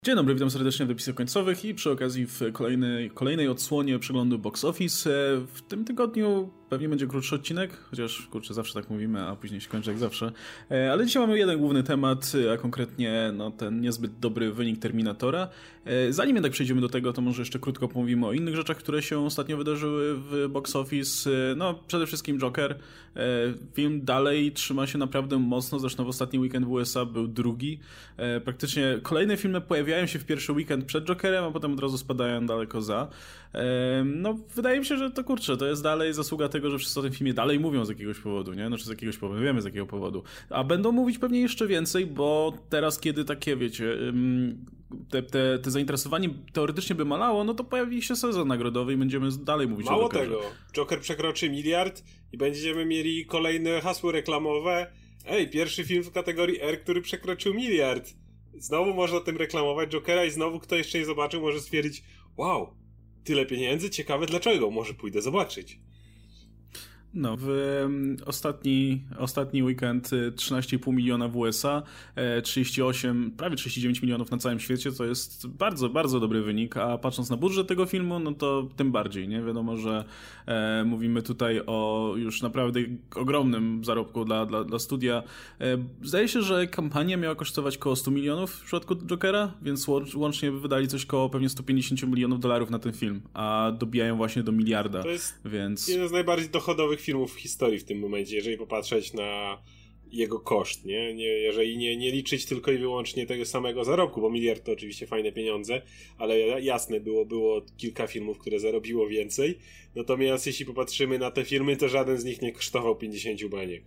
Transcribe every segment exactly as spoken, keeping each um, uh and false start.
Dzień dobry, witam serdecznie w napisach końcowych i przy okazji w kolejnej, kolejnej odsłonie przeglądu Box Office. W tym tygodniu pewnie będzie krótszy odcinek, chociaż kurczę, zawsze tak mówimy, a później się kończy jak zawsze. Ale dzisiaj mamy jeden główny temat, a konkretnie no, ten niezbyt dobry wynik Terminatora. Zanim jednak przejdziemy do tego, to może jeszcze krótko pomówimy o innych rzeczach, które się ostatnio wydarzyły w Box Office. No, przede wszystkim Joker. Film dalej trzyma się naprawdę mocno, zresztą w ostatni weekend w U S A był drugi. Praktycznie kolejne filmy pojawiają się w pierwszy weekend przed Jokerem, a potem od razu spadają daleko za. No, wydaje mi się, że to kurczę, to jest dalej zasługa tego, że wszyscy o tym filmie dalej mówią z jakiegoś powodu, nie? Znaczy z jakiegoś powodu, wiemy z jakiego powodu. A będą mówić pewnie jeszcze więcej, bo teraz, kiedy takie, wiecie, te, te, te zainteresowanie teoretycznie by malało, no to pojawi się sezon nagrodowy i będziemy dalej mówić Mało o Jokerze. tego, Joker przekroczy miliard i będziemy mieli kolejne hasło reklamowe. Ej, pierwszy film w kategorii R, który przekroczył miliard. Znowu można tym reklamować Jokera i znowu kto jeszcze nie zobaczył może stwierdzić: wow, tyle pieniędzy, ciekawe dlaczego, może pójdę zobaczyć. No, w um, ostatni, ostatni weekend trzynaście i pół miliona w U S A, trzydzieści osiem, prawie trzydzieści dziewięć milionów na całym świecie, to jest bardzo, bardzo dobry wynik, a patrząc na budżet tego filmu, no to tym bardziej, nie? Wiadomo, że e, mówimy tutaj o już naprawdę ogromnym zarobku dla, dla, dla studia. E, zdaje się, że kampania miała kosztować koło stu milionów w przypadku Jokera, więc łącznie wydali coś koło pewnie sto pięćdziesiąt milionów dolarów na ten film, a dobijają właśnie do miliarda. To jest więc... jeden z najbardziej dochodowych filmów w historii w tym momencie, jeżeli popatrzeć na jego koszt, nie? nie jeżeli nie, nie liczyć tylko i wyłącznie tego samego zarobku, bo miliard to oczywiście fajne pieniądze, ale jasne, było, było kilka filmów, które zarobiło więcej, natomiast jeśli popatrzymy na te filmy, to żaden z nich nie kosztował pięćdziesiąt baniek.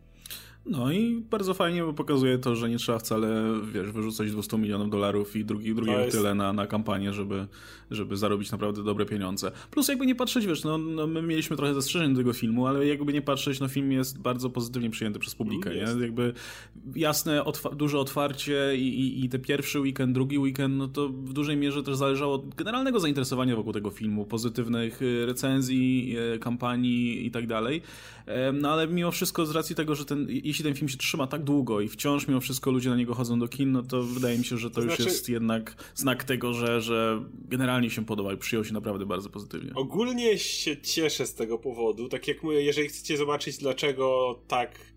No i bardzo fajnie, bo pokazuje to, że nie trzeba wcale, wiesz, wyrzucać dwieście milionów dolarów i drugi, drugiego jest... tyle na, na kampanię, żeby, żeby zarobić naprawdę dobre pieniądze. Plus jakby nie patrzeć, wiesz, no, no my mieliśmy trochę zastrzeżeń do tego filmu, ale jakby nie patrzeć, no film jest bardzo pozytywnie przyjęty przez publikę, mm, nie? Jakby jasne, otwa- duże otwarcie i, i, i te pierwszy weekend, drugi weekend, no to w dużej mierze też zależało od generalnego zainteresowania wokół tego filmu, pozytywnych recenzji, kampanii i tak dalej. No ale mimo wszystko z racji tego, że ten, jeśli ten film się trzyma tak długo i wciąż mimo wszystko ludzie na niego chodzą do kin, no to wydaje mi się, że to, to już znaczy... jest jednak znak tego, że, że generalnie się podoba i przyjął się naprawdę bardzo pozytywnie. Ogólnie się cieszę z tego powodu, tak jak mówię, jeżeli chcecie zobaczyć dlaczego tak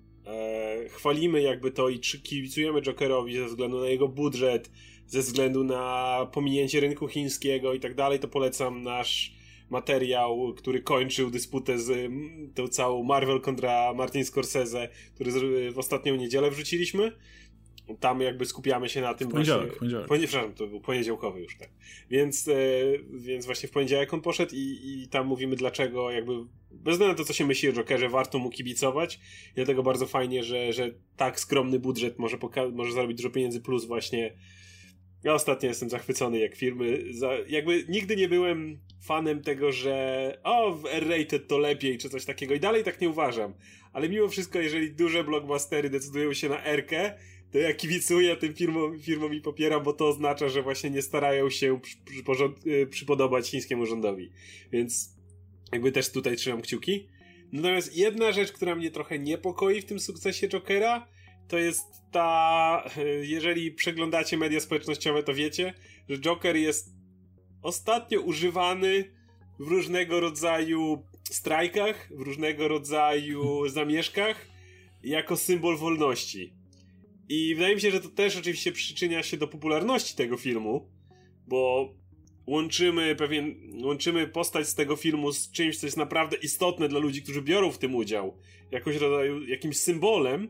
e, chwalimy jakby to i kibicujemy Jokerowi ze względu na jego budżet, ze względu na pominięcie rynku chińskiego i tak dalej, to polecam nasz materiał, który kończył dysputę z tą całą Marvel kontra Martin Scorsese, który w ostatnią niedzielę wrzuciliśmy. Tam jakby skupiamy się na tym poniedziałek, właśnie... Poniedziałek, Przepraszam, to był poniedziałkowy już, tak. Więc, e, więc właśnie w poniedziałek on poszedł i, i tam mówimy dlaczego jakby, bez względu na to, co się myśli o Jokerze, warto mu kibicować. I dlatego bardzo fajnie, że, że tak skromny budżet może, poka- może zarobić dużo pieniędzy, plus właśnie ja ostatnio jestem zachwycony jak firmy, za, jakby nigdy nie byłem fanem tego, że o, w R-rated to lepiej, czy coś takiego i dalej tak nie uważam, ale mimo wszystko, jeżeli duże blockbustery decydują się na R-kę, to ja kibicuję tym firmom, firmom i popieram, bo to oznacza, że właśnie nie starają się przy, przy, przypodobać chińskiemu rządowi, więc jakby też tutaj trzymam kciuki. Natomiast jedna rzecz, która mnie trochę niepokoi w tym sukcesie Jokera, to jest ta, jeżeli przeglądacie media społecznościowe, to wiecie, że Joker jest ostatnio używany w różnego rodzaju strajkach, w różnego rodzaju zamieszkach jako symbol wolności. I wydaje mi się, że to też oczywiście przyczynia się do popularności tego filmu, bo łączymy pewien, łączymy postać z tego filmu z czymś, co jest naprawdę istotne dla ludzi, którzy biorą w tym udział, jakoś rodzaju, jakimś symbolem,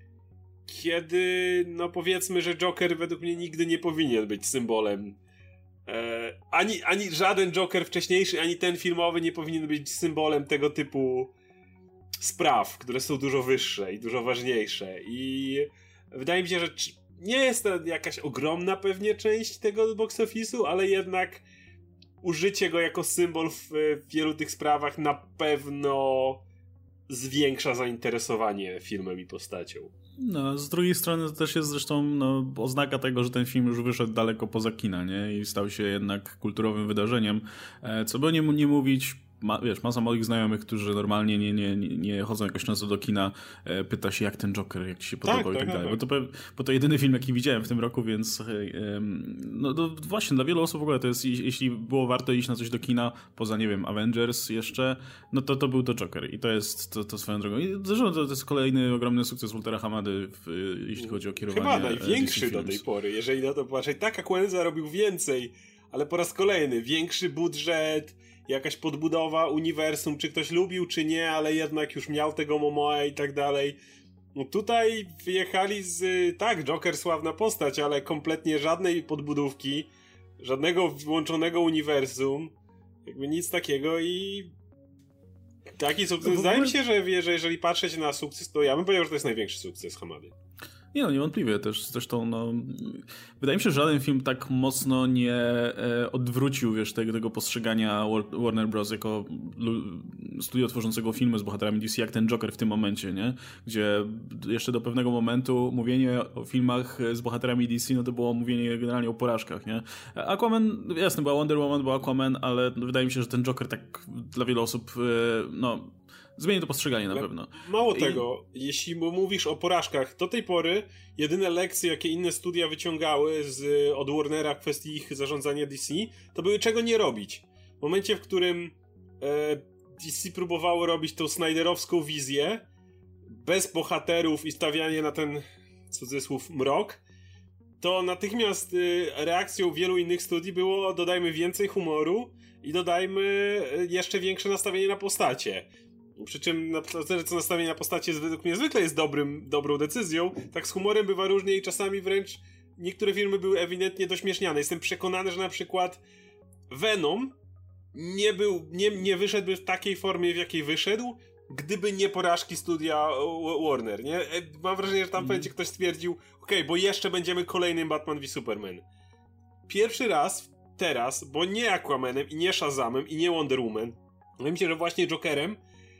kiedy, no powiedzmy, że Joker według mnie nigdy nie powinien być symbolem. E, ani, ani żaden Joker wcześniejszy, ani ten filmowy nie powinien być symbolem tego typu spraw, które są dużo wyższe i dużo ważniejsze. I wydaje mi się, że nie jest to jakaś ogromna pewnie część tego box office'u, ale jednak użycie go jako symbol w, w wielu tych sprawach na pewno zwiększa zainteresowanie filmem i postacią. No, z drugiej strony to też jest zresztą no, oznaka tego, że ten film już wyszedł daleko poza kina, nie? I stał się jednak kulturowym wydarzeniem. Co by nie, nie mówić, ma, wiesz, masa moich znajomych, którzy normalnie nie, nie, nie, nie chodzą jakoś często do kina, e, pyta się, jak ten Joker, jak ci się podobał tak, i tak, tak dalej. Tak. Bo, to, bo to jedyny film, jaki widziałem w tym roku, więc e, no to właśnie dla wielu osób w ogóle to jest, jeśli było warto iść na coś do kina, poza, nie wiem, Avengers jeszcze, no to to był to Joker i to jest to, to swoją drogą. I zresztą to, to jest kolejny ogromny sukces Waltera Hamady, w, jeśli chodzi o kierowanie. Chyba największy do tej pory, jeżeli na to patrzeć. Tak, Aquaman zarobił więcej, ale po raz kolejny, większy budżet, jakaś podbudowa uniwersum, czy ktoś lubił, czy nie, ale jednak już miał tego Momoa i tak dalej. No tutaj wyjechali z... Tak, Joker sławna postać, ale kompletnie żadnej podbudówki, żadnego włączonego uniwersum, jakby nic takiego i... Taki sukces. No Wydaje mi się, że, że jeżeli patrzeć na sukces, to ja bym powiedział, że to jest największy sukces Hamady. Nie no, niewątpliwie też. Zresztą, no, wydaje mi się, że żaden film tak mocno nie e, odwrócił, wiesz, tego, tego postrzegania Warner Bros. Jako studio tworzącego filmy z bohaterami D C, jak ten Joker w tym momencie, nie? Gdzie jeszcze do pewnego momentu mówienie o filmach z bohaterami D C, no to było mówienie generalnie o porażkach, nie? Aquaman, jasne, była Wonder Woman, był Aquaman, ale wydaje mi się, że ten Joker tak dla wielu osób, e, no... zmieni to postrzeganie na Ale pewno. Mało I... tego, jeśli mówisz o porażkach, do tej pory jedyne lekcje, jakie inne studia wyciągały z, od Warnera w kwestii ich zarządzania D C, to były czego nie robić. W momencie, w którym e, D C próbowało robić tą Snyderowską wizję, bez bohaterów i stawianie na ten, cudzysłów, mrok, to natychmiast e, reakcją wielu innych studii było dodajmy więcej humoru i dodajmy jeszcze większe nastawienie na postacie. Przy czym na, co nastawienie na postacie według mnie zwykle jest dobrym, dobrą decyzją, tak z humorem bywa różnie i czasami wręcz niektóre filmy były ewidentnie dośmieszniane. Jestem przekonany, że na przykład Venom nie, był, nie, nie wyszedłby w takiej formie, w jakiej wyszedł, gdyby nie porażki studia Warner, nie? Mam wrażenie, że tam mm. będzie ktoś stwierdził, okej, okay, bo jeszcze będziemy kolejnym Batman v Superman. Pierwszy raz teraz, bo nie Aquamanem i nie Shazamem i nie Wonder Woman, wydaje mi się, że właśnie Jokerem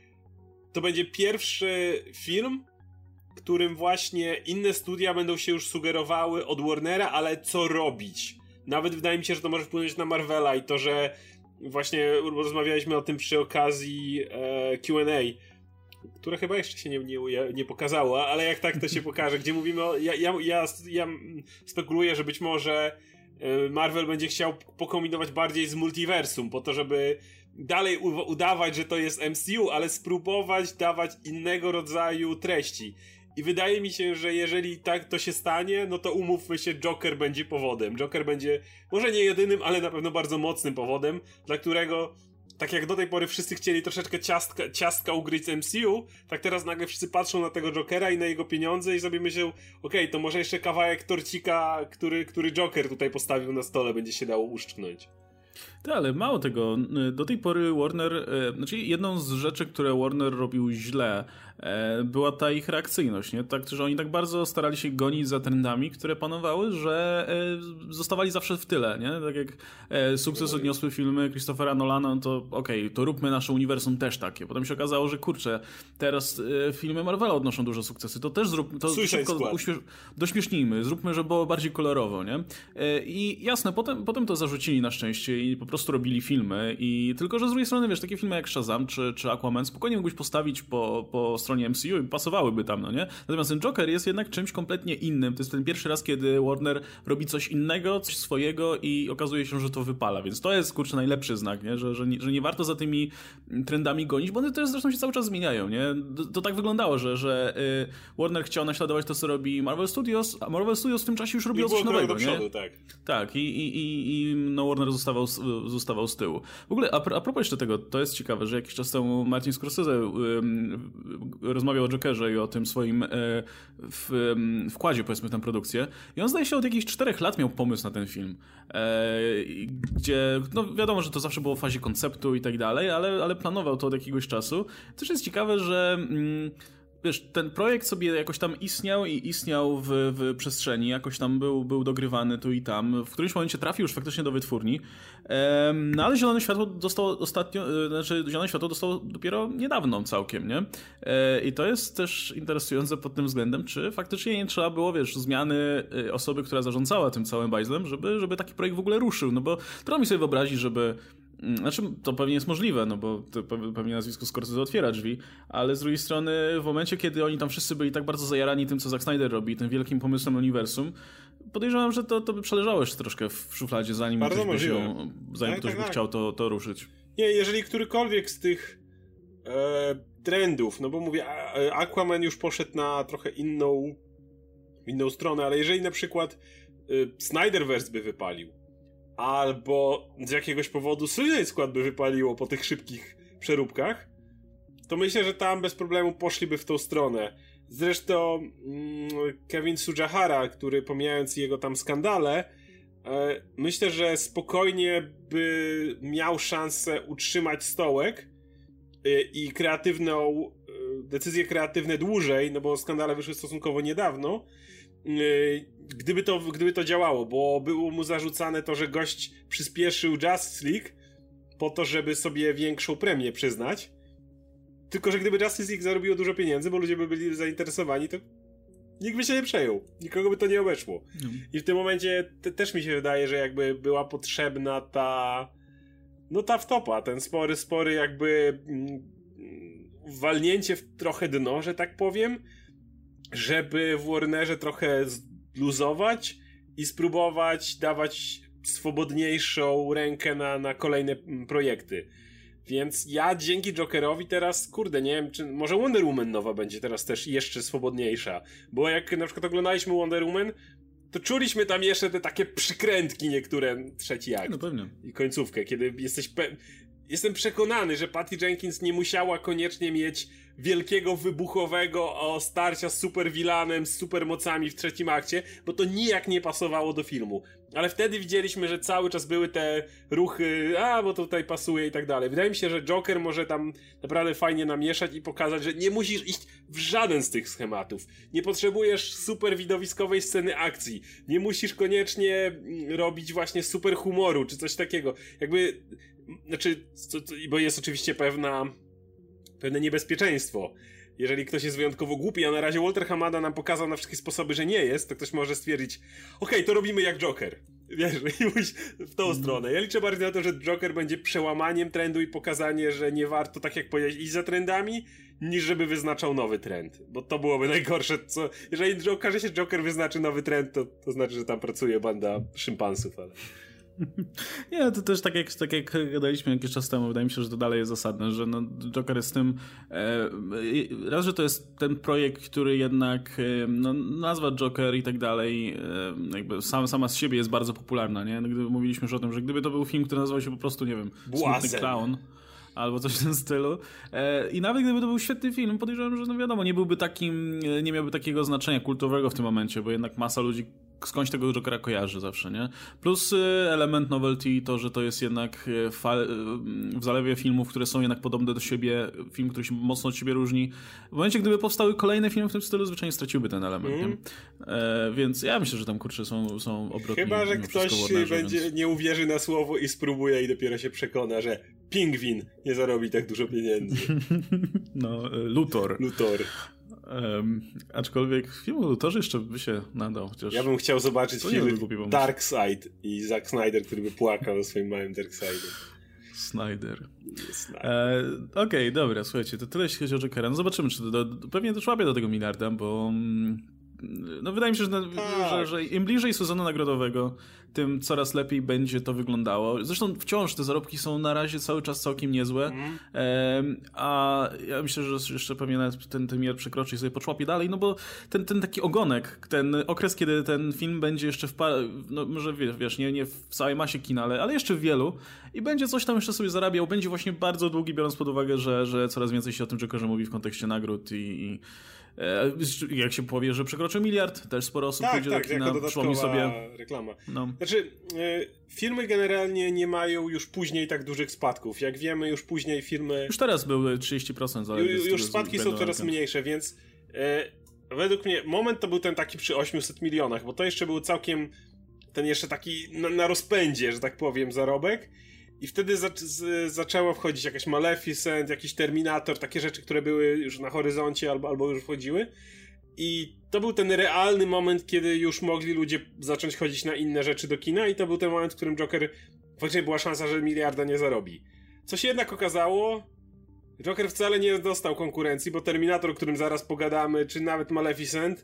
to będzie pierwszy film, którym właśnie inne studia będą się już sugerowały od Warnera, ale co robić? Nawet wydaje mi się, że to może wpłynąć na Marvela i to, że właśnie rozmawialiśmy o tym przy okazji e, Q and A, które chyba jeszcze się nie, nie, nie pokazało, ale jak tak to się pokaże, gdzie mówimy o... Ja, ja, ja, ja spekuluję, że być może Marvel będzie chciał pokombinować bardziej z multiversum, po to, żeby dalej u- udawać, że to jest M C U, ale spróbować dawać innego rodzaju treści. I wydaje mi się, że jeżeli tak to się stanie, no to umówmy się, Joker będzie powodem. Joker będzie może nie jedynym, ale na pewno bardzo mocnym powodem, dla którego tak jak do tej pory wszyscy chcieli troszeczkę ciastka, ciastka ugryźć z M C U, tak teraz nagle wszyscy patrzą na tego Jokera i na jego pieniądze i sobie myślą, okej, okay, to może jeszcze kawałek torcika, który, który Joker tutaj postawił na stole, będzie się dało uszczknąć. Tak, ale mało tego, do tej pory Warner, e, znaczy jedną z rzeczy, które Warner robił źle, e, była ta ich reakcyjność, nie? Tak, że oni tak bardzo starali się gonić za trendami, które panowały, że e, zostawali zawsze w tyle, nie? Tak jak e, sukces odniosły filmy Christophera Nolana, no to okej, okay, to róbmy nasze uniwersum też takie. Potem się okazało, że kurczę, teraz e, filmy Marvela odnoszą duże sukcesy, to też zróbmy, to szybko uśmiesz- dośmiesznijmy, zróbmy, żeby było bardziej kolorowo, nie? E, I jasne, potem, potem to zarzucili na szczęście i po prostu robili filmy i tylko, że z drugiej strony, wiesz, takie filmy jak Shazam czy, czy Aquaman spokojnie mógłbyś postawić po, po stronie M C U i pasowałyby tam, no nie? Natomiast ten Joker jest jednak czymś kompletnie innym. To jest ten pierwszy raz, kiedy Warner robi coś innego, coś swojego i okazuje się, że to wypala, więc to jest, kurczę, najlepszy znak, nie? Że, że, nie, że nie warto za tymi trendami gonić, bo one też zresztą się cały czas zmieniają, nie? To, to tak wyglądało, że, że y, Warner chciał naśladować to, co robi Marvel Studios, a Marvel Studios w tym czasie już robiło coś nowego, do przodu, nie? Tak, tak i, i, i, i no Warner zostawał zostawał z tyłu. W ogóle, a, a propos jeszcze tego, to jest ciekawe, że jakiś czas temu Martin Scorsese um, rozmawiał o Jokerze i o tym swoim e, w, um, wkładzie, powiedzmy, w tę produkcję. I on, zdaje się, od jakichś czterech lat miał pomysł na ten film. E, gdzie, no wiadomo, że to zawsze było w fazie konceptu i tak dalej, ale, ale planował to od jakiegoś czasu. Też jest ciekawe, że mm, wiesz, ten projekt sobie jakoś tam istniał i istniał w, w przestrzeni, jakoś tam był, był dogrywany tu i tam. W którymś momencie trafił już faktycznie do wytwórni. Ehm, no ale zielone światło dostał ostatnio, znaczy zielone światło dostał dopiero niedawno całkiem, nie? E, I to jest też interesujące pod tym względem, czy faktycznie nie trzeba było, wiesz, zmiany osoby, która zarządzała tym całym bajzlem, żeby, żeby taki projekt w ogóle ruszył. No bo trudno mi sobie wyobrazić, żeby Znaczy, to pewnie jest możliwe, no bo to pewnie nazwisko Scorsese otwiera drzwi, ale z drugiej strony w momencie, kiedy oni tam wszyscy byli tak bardzo zajarani tym, co Zack Snyder robi, tym wielkim pomysłem uniwersum, podejrzewam, że to, to by przeleżało jeszcze troszkę w szufladzie, zanim bardzo ktoś by, się, zanim tak, ktoś tak, by tak. chciał to, to ruszyć. Nie, jeżeli którykolwiek z tych e, trendów, no bo mówię, Aquaman już poszedł na trochę inną inną stronę, ale jeżeli na przykład y, Snyderverse by wypalił, albo z jakiegoś powodu Suicide Squad by wypaliło po tych szybkich przeróbkach, to myślę, że tam bez problemu poszliby w tą stronę. Zresztą mm, Kevin Tsujihara, który pomijając jego tam skandale, e, myślę, że spokojnie by miał szansę utrzymać stołek e, i kreatywną e, decyzje kreatywne dłużej, no bo skandale wyszły stosunkowo niedawno, e, gdyby to, gdyby to działało, bo było mu zarzucane to, że gość przyspieszył Justice League po to, żeby sobie większą premię przyznać. Tylko że gdyby Justice League zarobiło dużo pieniędzy, bo ludzie by byli zainteresowani, to nikt by się nie przejął. Nikogo by to nie obeszło. Mm. I w tym momencie te, też mi się wydaje, że jakby była potrzebna ta no ta wtopa, ten spory, spory jakby mm, walnięcie w trochę dno, że tak powiem, żeby w Warnerze trochę zluzować i spróbować dawać swobodniejszą rękę na, na kolejne projekty. Więc ja dzięki Jokerowi teraz, kurde, nie wiem, czy może Wonder Woman nowa będzie teraz też jeszcze swobodniejsza, bo jak na przykład oglądaliśmy Wonder Woman, to czuliśmy tam jeszcze te takie przykrętki niektóre, trzeci akt. No pewnie. I końcówkę, kiedy jesteś pe... Jestem przekonany, że Patty Jenkins nie musiała koniecznie mieć wielkiego, wybuchowego o starcia z supervillanem, z supermocami w trzecim akcie, bo to nijak nie pasowało do filmu. Ale wtedy widzieliśmy, że cały czas były te ruchy, a bo to tutaj pasuje i tak dalej. Wydaje mi się, że Joker może tam naprawdę fajnie namieszać i pokazać, że nie musisz iść w żaden z tych schematów. Nie potrzebujesz super widowiskowej sceny akcji. Nie musisz koniecznie robić właśnie super humoru, czy coś takiego. Jakby, znaczy, bo jest oczywiście pewna... pewne niebezpieczeństwo. Jeżeli ktoś jest wyjątkowo głupi, a na razie Walter Hamada nam pokazał na wszystkie sposoby, że nie jest, to ktoś może stwierdzić, okej, okay, to robimy jak Joker. Wiesz, i pójść w tą mm. stronę. Ja liczę bardziej na to, że Joker będzie przełamaniem trendu i pokazanie, że nie warto, tak jak powiedzieć, iść za trendami, niż żeby wyznaczał nowy trend. Bo to byłoby najgorsze, co... Jeżeli okaże się, że Joker wyznaczy nowy trend, to, to znaczy, że tam pracuje banda szympansów, ale... Nie, to też tak jak, tak jak gadaliśmy jakiś czas temu, wydaje mi się, że to dalej jest zasadne, że no, Joker jest tym, e, raz, że to jest ten projekt, który jednak e, no, nazwa Joker i tak dalej e, jakby sam, sama z siebie jest bardzo popularna, nie? Gdyby mówiliśmy już o tym, że gdyby to był film, który nazywał się po prostu, nie wiem, Smutny Clown albo coś w tym stylu. E, I nawet gdyby to był świetny film, podejrzewam, że no wiadomo, nie byłby takim, nie miałby takiego znaczenia kulturowego w tym momencie, bo jednak masa ludzi skądś tego Jokera kojarzy zawsze, nie? Plus element novelty, to, że to jest jednak w zalewie filmów, które są jednak podobne do siebie, film, który się mocno od siebie różni. W momencie, gdyby powstały kolejne filmy w tym stylu, zwyczajnie straciłby ten element, mm. nie? E, więc ja myślę, że tam, kurczę, są, są obrotni. Chyba, że ktoś Warnerze, będzie, więc... nie uwierzy na słowo i spróbuje i dopiero się przekona, że Pingwin nie zarobi tak dużo pieniędzy. No, Luthor. Luthor. Um, aczkolwiek film o Luthorze jeszcze by się nadał. Chociaż ja bym chciał zobaczyć film Darkseid i Zack Snyder, który by płakał o swoim małym Darkseidem. Snyder. E, Okej, okay, dobra, słuchajcie, to tyle jeśli chodzi o Jokera. No zobaczymy, czy do, do, pewnie też łapie do tego miliarda, bo no wydaje mi się, że, tak. że, że im bliżej sezonu nagrodowego, tym coraz lepiej będzie to wyglądało. Zresztą wciąż te zarobki są na razie cały czas całkiem niezłe, mm. e, a ja myślę, że jeszcze pewnie nawet ten, ten miar przekroczy i sobie poczłapie dalej, no bo ten, ten taki ogonek, ten okres, kiedy ten film będzie jeszcze w par... no może wiesz, wiesz nie, nie w całej masie kina, ale, ale jeszcze w wielu i będzie coś tam jeszcze sobie zarabiał, będzie właśnie bardzo długi, biorąc pod uwagę, że, że coraz więcej się o tym Jokerze mówi w kontekście nagród i, i jak się powie, że przekroczy miliard, też sporo osób tak, pójdzie tak, do kina, przypomni sobie reklama. No. Znaczy, e, filmy generalnie nie mają już później tak dużych spadków. Jak wiemy, już później filmy... Już teraz były trzydzieści procent. Już, już spadki są coraz mniejsze, więc e, według mnie moment to był ten taki przy osiemset milionach, bo to jeszcze był całkiem ten jeszcze taki na, na rozpędzie, że tak powiem, zarobek. I wtedy za, z, zaczęło wchodzić jakaś Maleficent, jakiś Terminator, takie rzeczy, które były już na horyzoncie albo, albo już wchodziły. I to był ten realny moment, kiedy już mogli ludzie zacząć chodzić na inne rzeczy do kina i to był ten moment, w którym Joker faktycznie była szansa, że miliarda nie zarobi. Co się jednak okazało, Joker wcale nie dostał konkurencji, bo Terminator, o którym zaraz pogadamy, czy nawet Maleficent,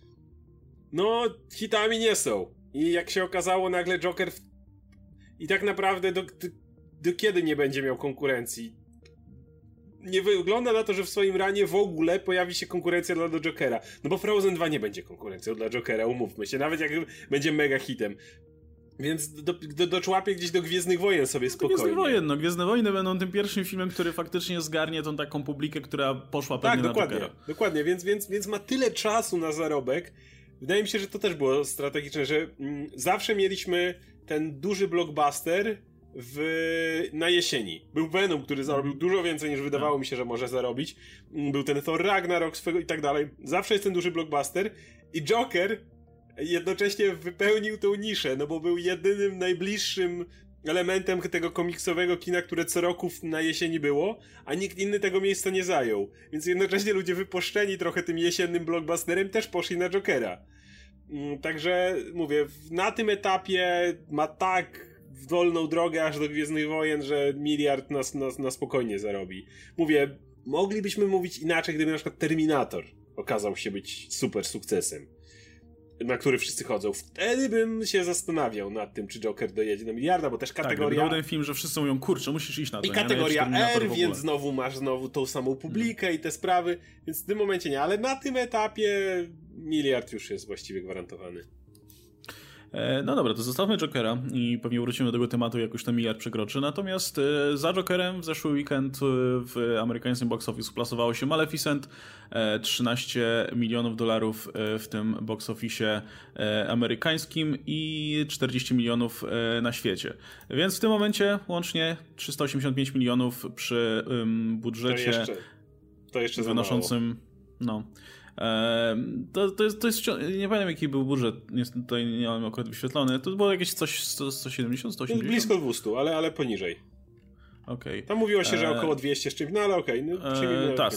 no hitami nie są. I jak się okazało, nagle Joker w... i tak naprawdę do, do, do kiedy nie będzie miał konkurencji? Nie wygląda na to, że w swoim ranie w ogóle pojawi się konkurencja dla Jokera. No bo Frozen dwa nie będzie konkurencją dla Jokera, umówmy się, nawet jak będzie mega hitem. Więc do, do, doczłapie gdzieś do Gwiezdnych Wojen sobie spokojnie. Gwiezdnych Wojen, no Gwiezdne Wojny będą tym pierwszym filmem, który faktycznie zgarnie tą taką publikę, która poszła pewnie tak, na dokładnie, Jokera. Dokładnie, więc, więc, więc ma tyle czasu na zarobek. Wydaje mi się, że to też było strategiczne, że mm, zawsze mieliśmy ten duży blockbuster w, na jesieni. Był Venom, który zarobił dużo więcej niż wydawało mi się, że może zarobić. Był ten Thor Ragnarok swego i tak dalej. Zawsze jest ten duży blockbuster i Joker jednocześnie wypełnił tą niszę, no bo był jedynym najbliższym elementem tego komiksowego kina, które co roku na jesieni było, a nikt inny tego miejsca nie zajął. Więc jednocześnie ludzie wypuszczeni trochę tym jesiennym blockbusterem też poszli na Jokera. Także mówię, na tym etapie ma tak wolną drogę aż do Gwiezdnych Wojen, że miliard nas, nas, na spokojnie zarobi. Mówię, moglibyśmy mówić inaczej, gdyby na przykład Terminator okazał się być super sukcesem, na który wszyscy chodzą. Wtedy bym się zastanawiał nad tym, czy Joker dojedzie na miliarda, bo też kategoria... Tak, był ten film, że wszyscy mówią, kurczę, musisz iść na to. I kategoria R, więc znowu masz znowu tą samą publikę hmm. i te sprawy, więc w tym momencie nie, ale na tym etapie miliard już jest właściwie gwarantowany. No dobra, to zostawmy Jokera i pewnie wrócimy do tego tematu, jak już ten miliard przekroczy. Natomiast za Jokerem w zeszły weekend w amerykańskim box office plasowało się Maleficent, trzynaście milionów dolarów w tym box office amerykańskim i czterdzieści milionów na świecie. Więc w tym momencie łącznie trzysta osiemdziesiąt pięć milionów przy budżecie to jeszcze, to jeszcze wynoszącym... No. To, to, jest, to jest, nie pamiętam jaki był budżet, tutaj nie mam akurat wyświetlony, to było jakieś coś sto siedemdziesiąt, sto osiemdziesiąt? Blisko dwieście, ale, ale poniżej. Okay. Tam mówiło się, że około dwieście z czymś, no ale okej, okay, no eee, tak,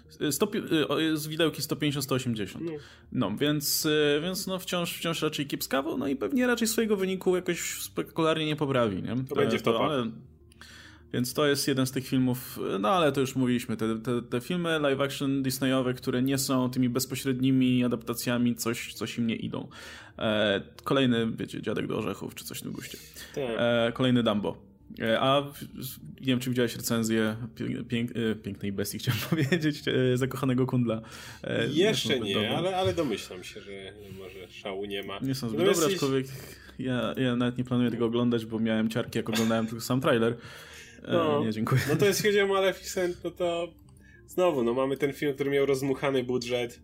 z widełki sto pięćdziesiąt sto osiemdziesiąt. No, no więc, więc no wciąż, wciąż raczej kiepskawo, no i pewnie raczej swojego wyniku jakoś spektakularnie nie poprawi, nie? To, to będzie w topach. Ale... Więc to jest jeden z tych filmów, no ale to już mówiliśmy, te, te, te filmy live action Disneyowe, które nie są tymi bezpośrednimi adaptacjami, coś, coś im nie idą. E, kolejny, wiecie, Dziadek do Orzechów, czy coś w tym guście. E, kolejny Dumbo. E, a nie wiem, czy widziałeś recenzję pięk, Pięknej Bestii, chciałem powiedzieć, e, Zakochanego Kundla. E, Jeszcze nie, nie ale, ale domyślam się, że może szału nie ma. Nie są zbyt dobre, jesteś... aczkolwiek ja, ja nawet nie planuję tego oglądać, bo miałem ciarki, jak oglądałem tylko sam trailer. No, nie, dziękuję. No to jeśli chodzi o Maleficent, no to znowu, no mamy ten film, który miał rozdmuchany budżet.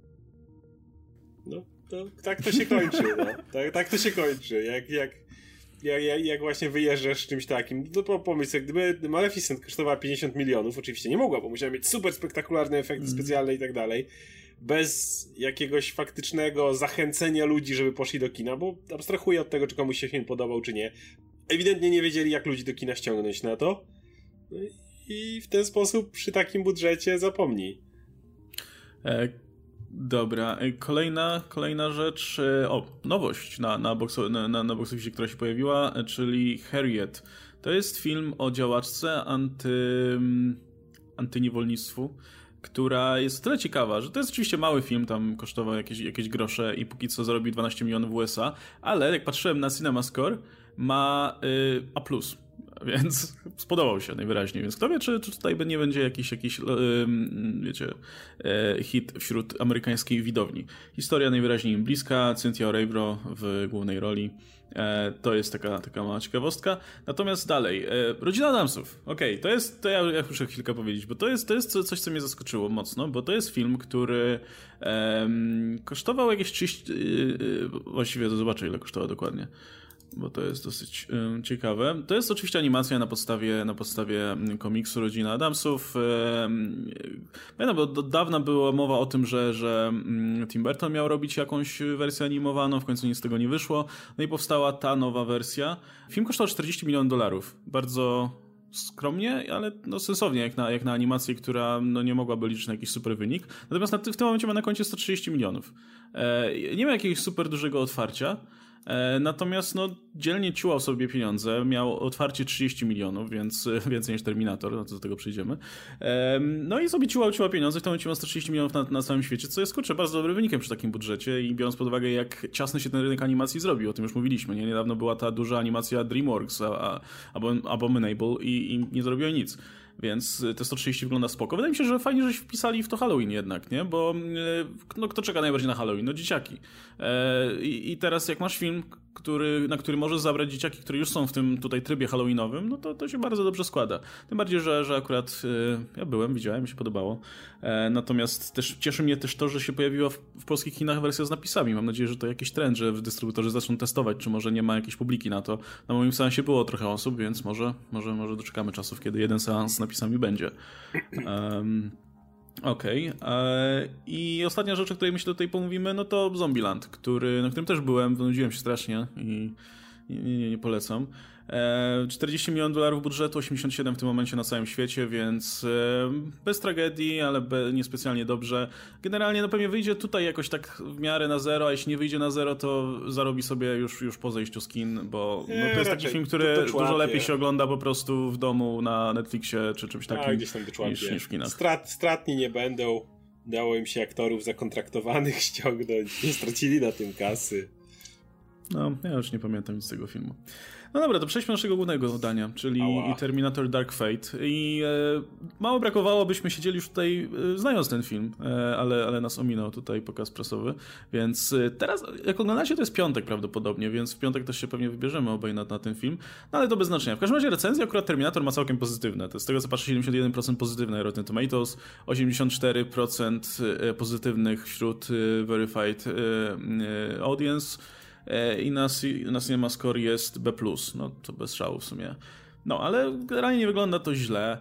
No, to tak to się kończy, no. Tak, tak to się kończy. Jak, jak, jak, jak właśnie wyjeżdżasz z czymś takim, no to pomyśl, jak gdyby Maleficent kosztowała pięćdziesiąt milionów, oczywiście nie mogła, bo musiała mieć super spektakularne efekty mm. specjalne i tak dalej, bez jakiegoś faktycznego zachęcenia ludzi, żeby poszli do kina, bo abstrahuję od tego, czy komuś się film podobał, czy nie. Ewidentnie nie wiedzieli, jak ludzi do kina ściągnąć na to. No i w ten sposób przy takim budżecie zapomnij. E, dobra, e, kolejna, kolejna rzecz. E, o, nowość na, na, boxo, na, na, na box office, która się pojawiła, e, czyli Harriet. To jest film o działaczce anty, antyniewolnictwu, która jest tyle ciekawa, że to jest oczywiście mały film, tam kosztował jakieś, jakieś grosze i póki co zarobi dwanaście milionów w U S A, ale jak patrzyłem na CinemaScore, ma y, A plus, więc spodobał się najwyraźniej, więc kto wie, czy, czy tutaj nie będzie jakiś, jakiś y, wiecie, y, hit wśród amerykańskiej widowni. Historia najwyraźniej im bliska, Cynthia Erivo w głównej roli. E, to jest taka, taka mała ciekawostka. Natomiast dalej, e, Rodzina Adamsów. Okej, okay, to jest, to ja, ja muszę chwilkę powiedzieć, bo to jest, to jest coś, co mnie zaskoczyło mocno, bo to jest film, który e, kosztował jakieś trzydzieści, e, właściwie to zobaczę, ile kosztował dokładnie, bo to jest dosyć um, ciekawe. To jest oczywiście animacja na podstawie, na podstawie komiksu Rodzina Adamsów. Pamiętam, bo do dawna była mowa o tym, że, że Tim Burton miał robić jakąś wersję animowaną, w końcu nic z tego nie wyszło. No i powstała ta nowa wersja. Film kosztował czterdzieści milionów dolarów. Bardzo skromnie, ale no sensownie, jak na, jak na animację, która no nie mogłaby liczyć na jakiś super wynik. Natomiast na, w tym momencie ma na koncie sto trzydzieści milionów. E, nie ma jakiegoś super dużego otwarcia. E, natomiast no, dzielnie ciułał sobie pieniądze, miał otwarcie trzydzieści milionów, więc więcej niż Terminator, no to do tego przyjdziemy. E, no i sobie ciułał, ciułał pieniądze, w tym momencie ma sto trzydzieści milionów na, na całym świecie, co jest, kurczę, bardzo dobrym wynikiem przy takim budżecie i biorąc pod uwagę, jak ciasny się ten rynek animacji zrobił, o tym już mówiliśmy, nie? Niedawno była ta duża animacja DreamWorks, a, a, Abominable i, i nie zrobiła nic. Więc te sto trzydzieści wygląda spoko. Wydaje mi się, że fajnie, że się wpisali w to Halloween jednak, nie? Bo no, kto czeka najbardziej na Halloween? No dzieciaki. E, i, I teraz jak masz film, który, na który możesz zabrać dzieciaki, które już są w tym tutaj trybie halloweenowym, no to to się bardzo dobrze składa. Tym bardziej, że, że akurat e, ja byłem, widziałem, mi się podobało. E, natomiast też cieszy mnie też to, że się pojawiła w, w polskich kinach wersja z napisami. Mam nadzieję, że to jakiś trend, że dystrybutorzy zaczną testować, czy może nie ma jakiejś publiki na to. Na moim seansie było trochę osób, więc może, może, może doczekamy czasów, kiedy jeden seans z napisami będzie. Um, Okej. Okay. I ostatnia rzecz, o której my się tutaj pomówimy, no to Zombieland, który, na którym też byłem, wynudziłem się strasznie i nie, nie, nie polecam. czterdzieści milionów dolarów budżetu, osiemdziesiąt siedem w tym momencie na całym świecie, więc bez tragedii, ale niespecjalnie dobrze. Generalnie no pewnie wyjdzie tutaj jakoś tak w miarę na zero, a jeśli nie wyjdzie na zero, to zarobi sobie już, już po zejściu z kin, bo no, to jest taki film, który to, to dużo lepiej się ogląda po prostu w domu na Netflixie czy czymś takim, a, gdzieś tam niż, niż w kinach. Strat, stratni nie będą, dało im się aktorów zakontraktowanych ściągnąć, nie stracili na tym kasy. No, ja już nie pamiętam nic z tego filmu. No dobra, to przejdźmy do naszego głównego zadania, czyli Ała. Terminator Dark Fate. I e, mało brakowało, byśmy siedzieli już tutaj e, znając ten film, e, ale, ale nas ominął tutaj pokaz prasowy. Więc e, teraz, jak oglądacie, to jest piątek prawdopodobnie, więc w piątek też się pewnie wybierzemy obaj na, na ten film. No ale to bez znaczenia. W każdym razie recenzja akurat Terminator ma całkiem pozytywne. To z tego co patrzę, siedemdziesiąt jeden procent pozytywne Rotten Tomatoes, osiemdziesiąt cztery procent pozytywnych wśród e, Verified e, e, Audience. I na, na Cinema Score jest B plus, no to bez szału w sumie. No, ale generalnie nie wygląda to źle.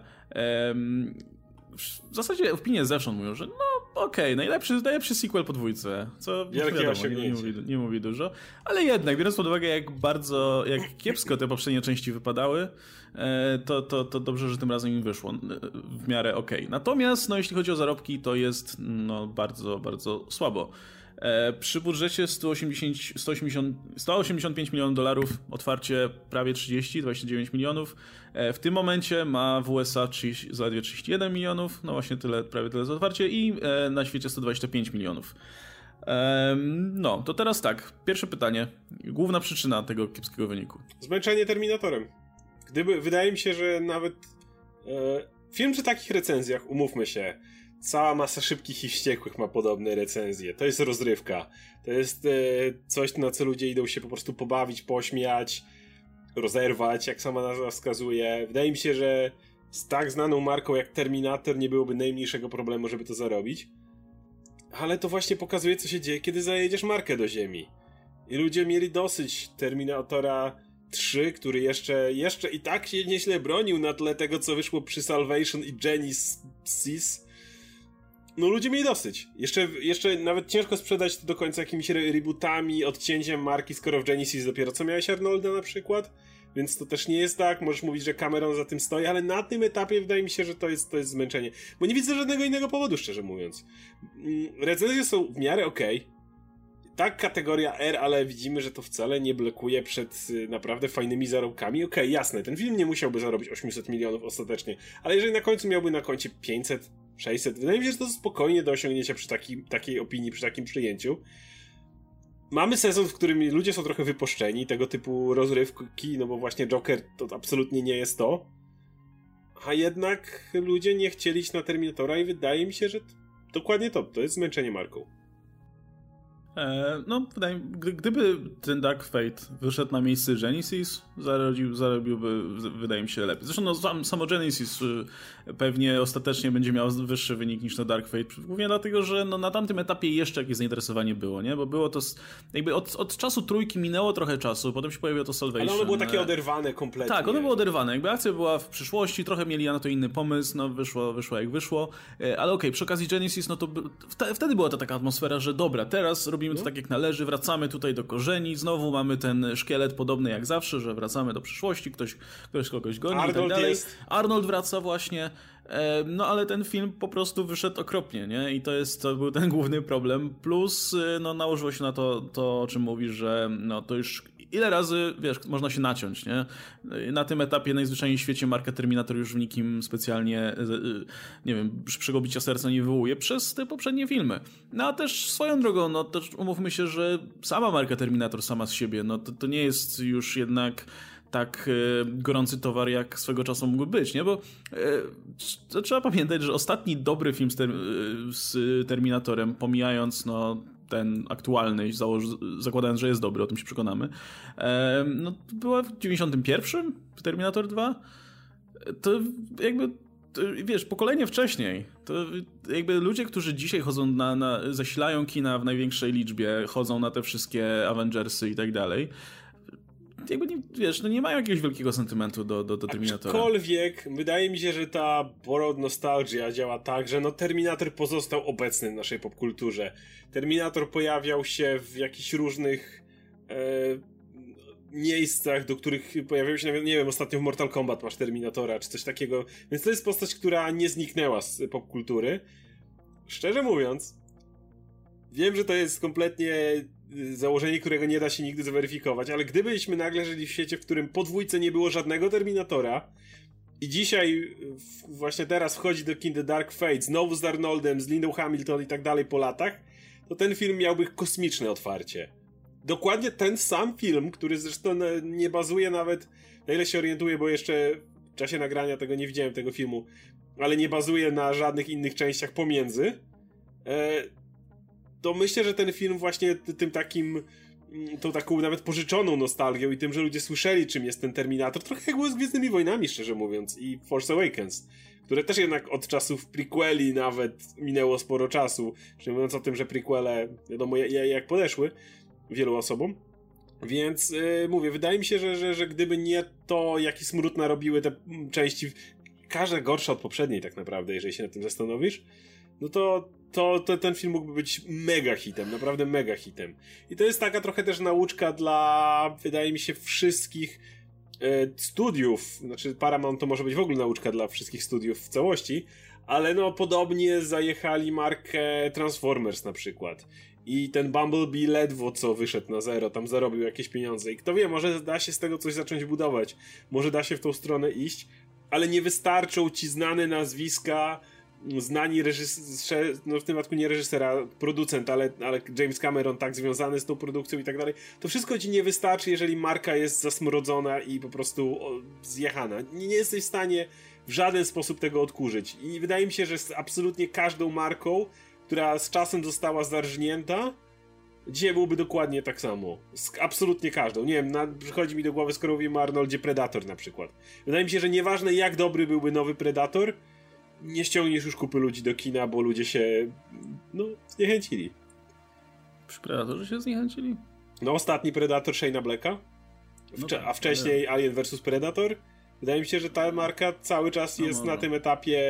W zasadzie opinie zewsząd mówią, że no okej, okay, najlepszy, najlepszy sequel po dwójce, co wiadomo, nie, nie, mówi, nie mówi dużo, ale jednak, biorąc pod uwagę jak bardzo, jak kiepsko te poprzednie części wypadały, to, to, to dobrze, że tym razem im wyszło w miarę okej. Okay. Natomiast, no jeśli chodzi o zarobki, to jest no bardzo, bardzo słabo. Przy budżecie sto osiemdziesiąt, sto osiemdziesiąt, sto osiemdziesiąt pięć milionów dolarów, otwarcie prawie trzydzieści, dwadzieścia dziewięć milionów. W tym momencie ma w U S A trzydzieści, zaledwie trzydzieści jeden milionów, no właśnie tyle, prawie tyle za otwarcie i na świecie sto dwadzieścia pięć milionów. No, to teraz tak, pierwsze pytanie. Główna przyczyna tego kiepskiego wyniku. Zmęczenie Terminatorem. Gdyby, wydaje mi się, że nawet e, film przy takich recenzjach, umówmy się, cała masa szybkich i wściekłych ma podobne recenzje. To jest rozrywka. To jest e, coś, na co ludzie idą się po prostu pobawić, pośmiać, rozerwać, jak sama nazwa wskazuje. Wydaje mi się, że z tak znaną marką jak Terminator nie byłoby najmniejszego problemu, żeby to zarobić. Ale to właśnie pokazuje, co się dzieje, kiedy zajedziesz markę do ziemi. I ludzie mieli dosyć Terminatora trzy, który jeszcze, jeszcze i tak się nieźle bronił na tle tego, co wyszło przy Salvation i Genesis. No ludzie mieli dosyć. Jeszcze, jeszcze nawet ciężko sprzedać to do końca jakimiś re- rebootami, odcięciem marki, skoro w Genesis dopiero co miałeś Arnolda na przykład. Więc to też nie jest tak, możesz mówić, że Cameron za tym stoi, ale na tym etapie wydaje mi się, że to jest, to jest zmęczenie. Bo nie widzę żadnego innego powodu, szczerze mówiąc. Recenzje są w miarę okej. Okay. Tak, kategoria R, ale widzimy, że to wcale nie blokuje przed naprawdę fajnymi zarobkami. Okej, okay, jasne, ten film nie musiałby zarobić osiemset milionów ostatecznie, ale jeżeli na końcu miałby na koncie pięćset, sześćset, wydaje mi się, że to spokojnie do osiągnięcia przy taki, takiej opinii, przy takim przyjęciu. Mamy sezon, w którym ludzie są trochę wypuszczeni, tego typu rozrywki, no bo właśnie Joker to absolutnie nie jest to. A jednak ludzie nie chcieli iść na Terminatora i wydaje mi się, że to, dokładnie to, to jest zmęczenie marką. No, wydaje mi, gdyby ten Dark Fate wyszedł na miejsce Genesis, zarobił, zarobiłby, wydaje mi się, lepiej. Zresztą no, sam, samo Genesis pewnie ostatecznie będzie miał wyższy wynik niż na Dark Fate, głównie dlatego, że no, na tamtym etapie jeszcze jakieś zainteresowanie było, nie? Bo było to, jakby od, od czasu trójki minęło trochę czasu, potem się pojawiło to Salvation. Ale ono było takie oderwane kompletnie. Tak, ono było oderwane, jakby akcja była w przyszłości, trochę mieli na to inny pomysł, no wyszło, wyszło jak wyszło, ale okej, okay, przy okazji Genesis, no to wtedy była to taka atmosfera, że dobra, teraz robimy robimy to tak jak należy, wracamy tutaj do korzeni, znowu mamy ten szkielet podobny jak zawsze, że wracamy do przyszłości, ktoś, ktoś kogoś goni Arnold i tak dalej. Jest. Arnold wraca właśnie, no ale ten film po prostu wyszedł okropnie, nie? I to jest, to był ten główny problem, plus no nałożyło się na to, to o czym mówisz, że no to już ile razy, wiesz, można się naciąć, nie? Na tym etapie najzwyczajniej w świecie marka Terminator już w nikim specjalnie, nie wiem, szybszego bicia serca nie wywołuje przez te poprzednie filmy. No a też swoją drogą, no też umówmy się, że sama marka Terminator sama z siebie, no to, to nie jest już jednak tak e, gorący towar, jak swego czasu mógł być, nie? Bo e, to trzeba pamiętać, że ostatni dobry film z, ter, z Terminatorem, pomijając no ten aktualny, założ- zakładając, że jest dobry, o tym się przekonamy, e, no to była w dziewięćdziesiątym pierwszym Terminator dwa. To jakby, to, wiesz, pokolenie wcześniej, to jakby ludzie, którzy dzisiaj chodzą na, na, zasilają kina w największej liczbie, chodzą na te wszystkie Avengersy i tak dalej, jakby nie, wiesz, no nie mają jakiegoś wielkiego sentymentu do, do, do Terminatora. Aczkolwiek wydaje mi się, że ta borrowed nostalgia działa tak, że no Terminator pozostał obecny w naszej popkulturze. Terminator pojawiał się w jakichś różnych e, miejscach, do których pojawiał się, nawet, nie wiem, ostatnio w Mortal Kombat masz Terminatora, czy coś takiego. Więc to jest postać, która nie zniknęła z popkultury. Szczerze mówiąc, wiem, że to jest kompletnie założenie, którego nie da się nigdy zweryfikować, ale gdybyśmy nagle żyli w świecie, w którym po dwójce nie było żadnego Terminatora i dzisiaj właśnie teraz wchodzi do kin The Dark Fate znowu z Arnoldem, z Lindą Hamilton i tak dalej po latach, to ten film miałby kosmiczne otwarcie. Dokładnie ten sam film, który zresztą nie bazuje nawet, na ile się orientuję, bo jeszcze w czasie nagrania tego nie widziałem, tego filmu, ale nie bazuje na żadnych innych częściach pomiędzy, e to myślę, że ten film właśnie tym takim, tą taką nawet pożyczoną nostalgią i tym, że ludzie słyszeli, czym jest ten Terminator, trochę jak było z Gwiezdnymi Wojnami, szczerze mówiąc, i Force Awakens, które też jednak od czasów prequeli nawet minęło sporo czasu, szczerze mówiąc o tym, że prequele, wiadomo jak podeszły wielu osobom, więc yy, mówię, wydaje mi się, że, że, że gdyby nie to, jaki smród narobiły te części, każda gorsza od poprzedniej tak naprawdę, jeżeli się nad tym zastanowisz, no to, to, to ten film mógłby być mega hitem, naprawdę mega hitem. I to jest taka trochę też nauczka dla, wydaje mi się, wszystkich e, studiów, znaczy Paramount to może być w ogóle nauczka dla wszystkich studiów w całości, ale no podobnie zajechali markę Transformers na przykład. I ten Bumblebee ledwo co wyszedł na zero, tam zarobił jakieś pieniądze. I kto wie, może da się z tego coś zacząć budować, może da się w tą stronę iść, ale nie wystarczą ci znane nazwiska, znani reżyser, no w tym wypadku nie reżysera, producent, ale, ale James Cameron tak związany z tą produkcją i tak dalej, to wszystko ci nie wystarczy, jeżeli marka jest zasmrodzona i po prostu o, zjechana. Nie, nie jesteś w stanie w żaden sposób tego odkurzyć. I wydaje mi się, że z absolutnie każdą marką, która z czasem została zarżnięta, dzisiaj byłoby dokładnie tak samo. Z absolutnie każdą. Nie wiem, na, przychodzi mi do głowy, skoro mówimy o Arnoldzie, Predator na przykład. Wydaje mi się, że nieważne jak dobry byłby nowy Predator, nie ściągniesz już kupy ludzi do kina, bo ludzie się, no, zniechęcili. Przy Predatorze się zniechęcili? No, ostatni Predator Shane'a Blacka, Wcze- no tak, a wcześniej ale... Alien versus Predator. Wydaje mi się, że ta marka cały czas no, jest no, no. na tym etapie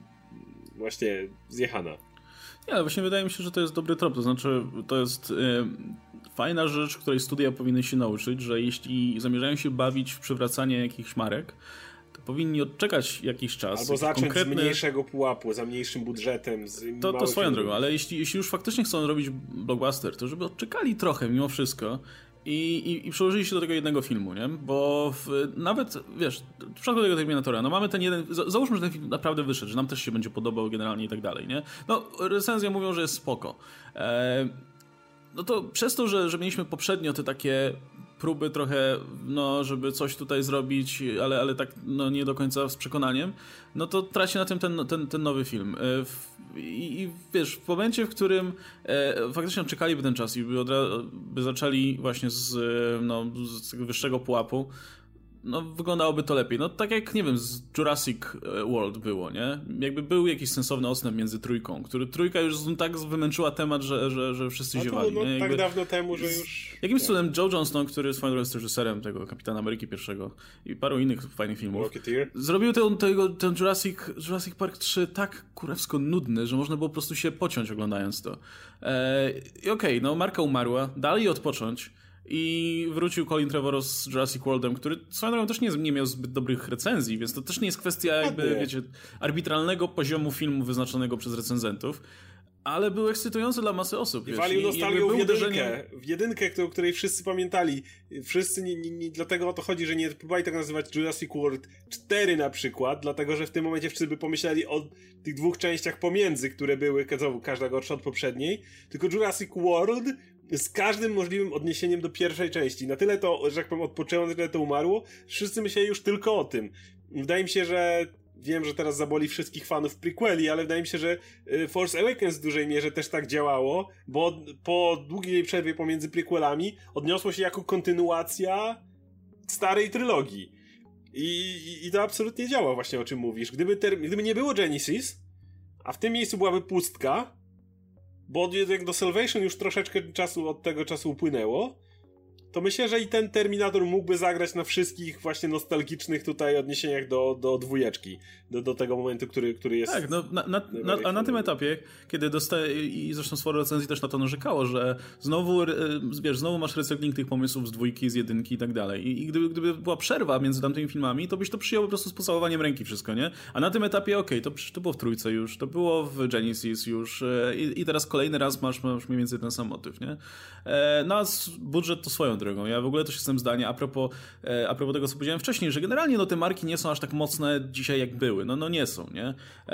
właśnie zjechana. Nie, ale właśnie wydaje mi się, że to jest dobry trop, to znaczy to jest yy, fajna rzecz, której studia powinny się nauczyć, że jeśli zamierzają się bawić w przywracanie jakichś marek, powinni odczekać jakiś czas. Albo zacząć konkretne... z mniejszego pułapu, za mniejszym budżetem. Z to, to swoją drogą, ale jeśli, jeśli już faktycznie chcą robić blockbuster, to żeby odczekali trochę mimo wszystko i, i, i przełożyli się do tego jednego filmu, nie? Bo w, nawet, wiesz, w przypadku tego Terminatora, no mamy ten jeden, za, załóżmy, że ten film naprawdę wyszedł, że nam też się będzie podobał generalnie i tak dalej, nie? No, recenzje mówią, że jest spoko. E, no to przez to, że, że mieliśmy poprzednio te takie próby trochę, no, żeby coś tutaj zrobić, ale, ale tak no, nie do końca z przekonaniem, no to traci na tym ten, ten, ten nowy film. I, i wiesz, w momencie, w którym e, faktycznie czekaliby ten czas i by, odra- by zaczęli właśnie z, no, z tego wyższego pułapu, no wyglądałoby to lepiej. No tak jak, nie wiem, z Jurassic World było, nie? Jakby był jakiś sensowny odstęp między trójką, który trójka już tak wymęczyła temat, że, że, że wszyscy ziewali. No, nie? tak dawno temu, że już... Jakimś cudem Joe Johnston, który swoją drogą jest reżyserem tego Kapitana Ameryki pierwszego i paru innych fajnych filmów, Rocketeer. Zrobił ten, tego, ten Jurassic, Jurassic Park trzy tak kurewsko nudny, że można było po prostu się pociąć oglądając to. Eee, I okej, okay, no marka umarła, dali odpocząć. I wrócił Colin Trevorrow z Jurassic Worldem, który swoją drogą też nie, nie miał zbyt dobrych recenzji, więc to też nie jest kwestia jakby, wiecie, arbitralnego poziomu filmu wyznaczonego przez recenzentów, ale był ekscytujący dla masy osób. I walił nostalgią w jedynkę, w jedynkę, o której wszyscy pamiętali. Wszyscy, nie, nie, nie, dlatego o to chodzi, że nie próbowali tego nazywać Jurassic World cztery na przykład, dlatego że w tym momencie wszyscy by pomyśleli o tych dwóch częściach pomiędzy, które były, każda gorsza od poprzedniej, tylko Jurassic World z każdym możliwym odniesieniem do pierwszej części. Na tyle to, że jak powiem, odpoczęło, na tyle to umarło, wszyscy myśleli już tylko o tym. Wydaje mi się, że wiem, że teraz zaboli wszystkich fanów prequeli, ale wydaje mi się, że Force Awakens w dużej mierze też tak działało, bo po długiej przerwie pomiędzy prequelami odniosło się jako kontynuacja starej trylogii. I, i, i to absolutnie działa właśnie, o czym mówisz. Gdyby, ter- gdyby nie było Genesis, a w tym miejscu byłaby pustka, bo jak do Salvation już troszeczkę czasu od tego czasu upłynęło, to myślę, że i ten Terminator mógłby zagrać na wszystkich właśnie nostalgicznych tutaj odniesieniach do, do dwójeczki, do, do tego momentu, który, który jest... Tak, no, na, na, na, a na tym etapie, kiedy dostaje, i zresztą sporo recenzji też na to narzekało, że znowu, wiesz, znowu masz recykling tych pomysłów z dwójki, z jedynki i tak dalej. I, i gdyby, gdyby była przerwa między tamtymi filmami, to byś to przyjął po prostu z pocałowaniem ręki wszystko, nie? A na tym etapie, okej, okay, to, to było w trójce już, to było w Genesis już i, i teraz kolejny raz masz, masz mniej więcej ten sam motyw, nie? No a budżet to swoją drogą. Ja w ogóle też jestem zdania, a propos, a propos tego, co powiedziałem wcześniej, że generalnie no, te marki nie są aż tak mocne dzisiaj, jak były. No, no nie są, nie?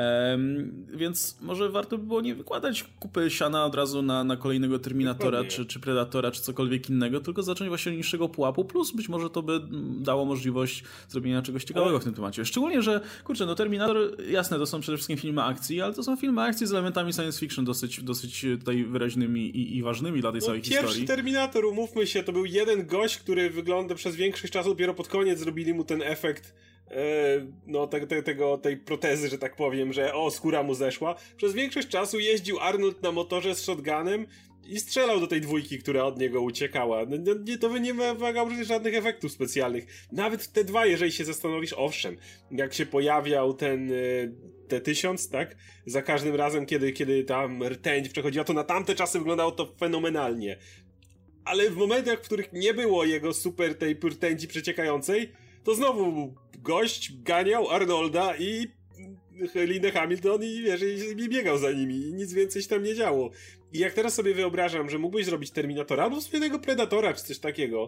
Um, więc może warto by było nie wykładać kupy siana od razu na, na kolejnego Terminatora, czy, czy Predatora, czy cokolwiek innego, tylko zacząć właśnie od niższego pułapu, plus być może to by dało możliwość zrobienia czegoś ciekawego w tym temacie. Szczególnie, że, kurczę, no Terminator, jasne, to są przede wszystkim filmy akcji, ale to są filmy akcji z elementami science fiction dosyć, dosyć tutaj wyraźnymi i, i ważnymi dla tej no, całej pierwszy historii. Pierwszy Terminator, umówmy się, to był jeden gość, który wygląda przez większość czasu, dopiero pod koniec zrobili mu ten efekt e, no te, te, tego, tej protezy, że tak powiem, że o, skóra mu zeszła. Przez większość czasu jeździł Arnold na motorze z shotgunem i strzelał do tej dwójki, która od niego uciekała. No, nie, to by nie wymagało żadnych efektów specjalnych. Nawet w T dwa, jeżeli się zastanowisz, owszem, jak się pojawiał ten T tysiąc, tak? Za każdym razem, kiedy, kiedy tam rtęć przechodziła, to na tamte czasy wyglądało to fenomenalnie. Ale w momentach, w których nie było jego super tej rtęci przeciekającej, to znowu gość ganiał Arnolda i Linę Hamilton i wiesz, i biegał za nimi i nic więcej się tam nie działo. I jak teraz sobie wyobrażam, że mógłbyś zrobić Terminatora albo swojego Predatora, czy coś takiego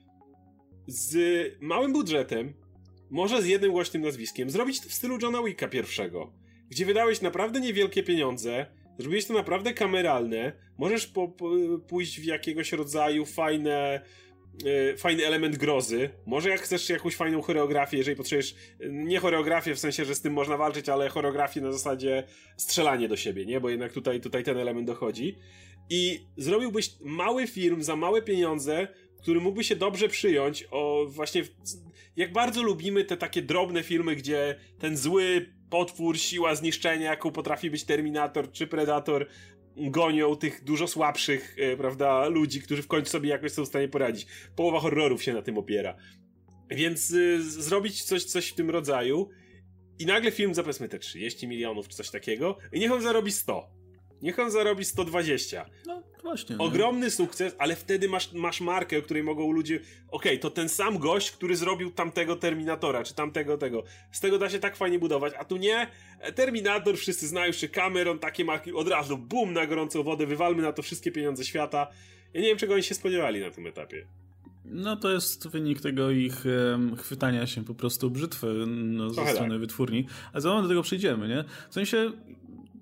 z małym budżetem, może z jednym głośnym nazwiskiem, zrobić to w stylu Johna Wicka pierwszego, gdzie wydałeś naprawdę niewielkie pieniądze, zrobiłeś to naprawdę kameralne, możesz po, po, pójść w jakiegoś rodzaju fajne, yy, fajny element grozy, może jak chcesz jakąś fajną choreografię, jeżeli potrzebujesz, nie choreografię w sensie, że z tym można walczyć, ale choreografię na zasadzie strzelanie do siebie, nie? Bo jednak tutaj, tutaj ten element dochodzi. I zrobiłbyś mały film za małe pieniądze, który mógłby się dobrze przyjąć, o właśnie, jak bardzo lubimy te takie drobne filmy, gdzie ten zły potwór, siła zniszczenia, jaką potrafi być Terminator czy Predator, gonią tych dużo słabszych, e, prawda, ludzi, którzy w końcu sobie jakoś są w stanie poradzić. Połowa horrorów się na tym opiera. Więc y, zrobić coś, coś w tym rodzaju i nagle film za powiedzmy te trzydzieści milionów czy coś takiego i niech on zarobi sto. Niech on zarobi sto dwadzieścia. No właśnie. Ogromny nie? sukces, ale wtedy masz, masz markę, o której mogą ludzie... Okej, okay, to ten sam gość, który zrobił tamtego Terminatora, czy tamtego tego. Z tego da się tak fajnie budować, a tu nie. Terminator wszyscy znają, czy Cameron, takie marki, od razu bum, na gorącą wodę, wywalmy na to wszystkie pieniądze świata. Ja nie wiem, czego oni się spodziewali na tym etapie. No to jest wynik tego ich um, chwytania się po prostu brzytwy no, ze strony tak. wytwórni. Ale za moment do tego przyjdziemy, nie? W sensie...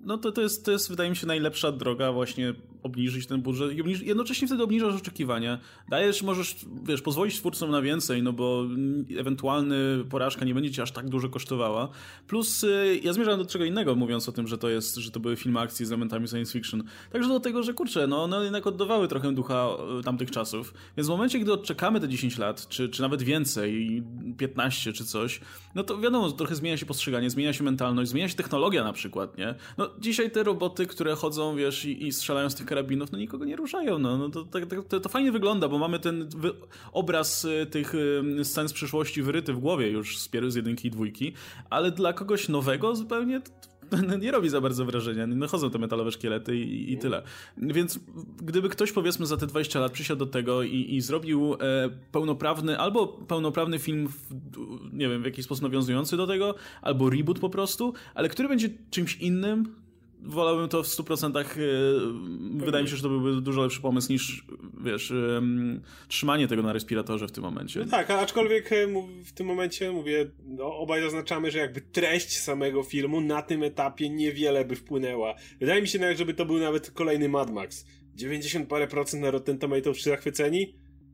no to, to, jest, to jest, wydaje mi się, najlepsza droga właśnie obniżyć ten budżet i obniż, jednocześnie wtedy obniżasz oczekiwania. Dajesz, możesz, wiesz, pozwolić twórcom na więcej, no bo ewentualny porażka nie będzie cię aż tak dużo kosztowała. Plus y, ja zmierzam do czego innego, mówiąc o tym, że to jest, że to były filmy akcji z elementami science fiction. Także do tego, że kurczę, no one jednak oddawały trochę ducha tamtych czasów. Więc w momencie, gdy odczekamy te dziesięć lat, czy, czy nawet więcej, piętnaście czy coś, no to wiadomo, trochę zmienia się postrzeganie, zmienia się mentalność, zmienia się technologia na przykład, nie? No dzisiaj te roboty, które chodzą, wiesz, i, i strzelają z tych karabinów, no nikogo nie ruszają, no, no to, to, to, to fajnie wygląda, bo mamy ten wy- obraz tych y, scen z przyszłości wyryty w głowie już z, pier- z jedynki i dwójki, ale dla kogoś nowego zupełnie to nie robi za bardzo wrażenia. No chodzą te metalowe szkielety i, i tyle. Więc gdyby ktoś, powiedzmy, za te dwadzieścia lat przysiadł do tego i, i zrobił e, pełnoprawny, albo pełnoprawny film, w, nie wiem, w jakiś sposób nawiązujący do tego, albo reboot po prostu, ale który będzie czymś innym, wolałbym to w stu procentach. E, wydaje mi się, że to byłby dużo lepszy pomysł niż, wiesz, e, trzymanie tego na respiratorze w tym momencie. No tak, aczkolwiek w tym momencie, mówię, no, obaj zaznaczamy, że jakby treść samego filmu na tym etapie niewiele by wpłynęła. Wydaje mi się nawet, żeby to był nawet kolejny Mad Max. dziewięćdziesiąt parę procent na Rotten Tomatoes, czy zachwyceni?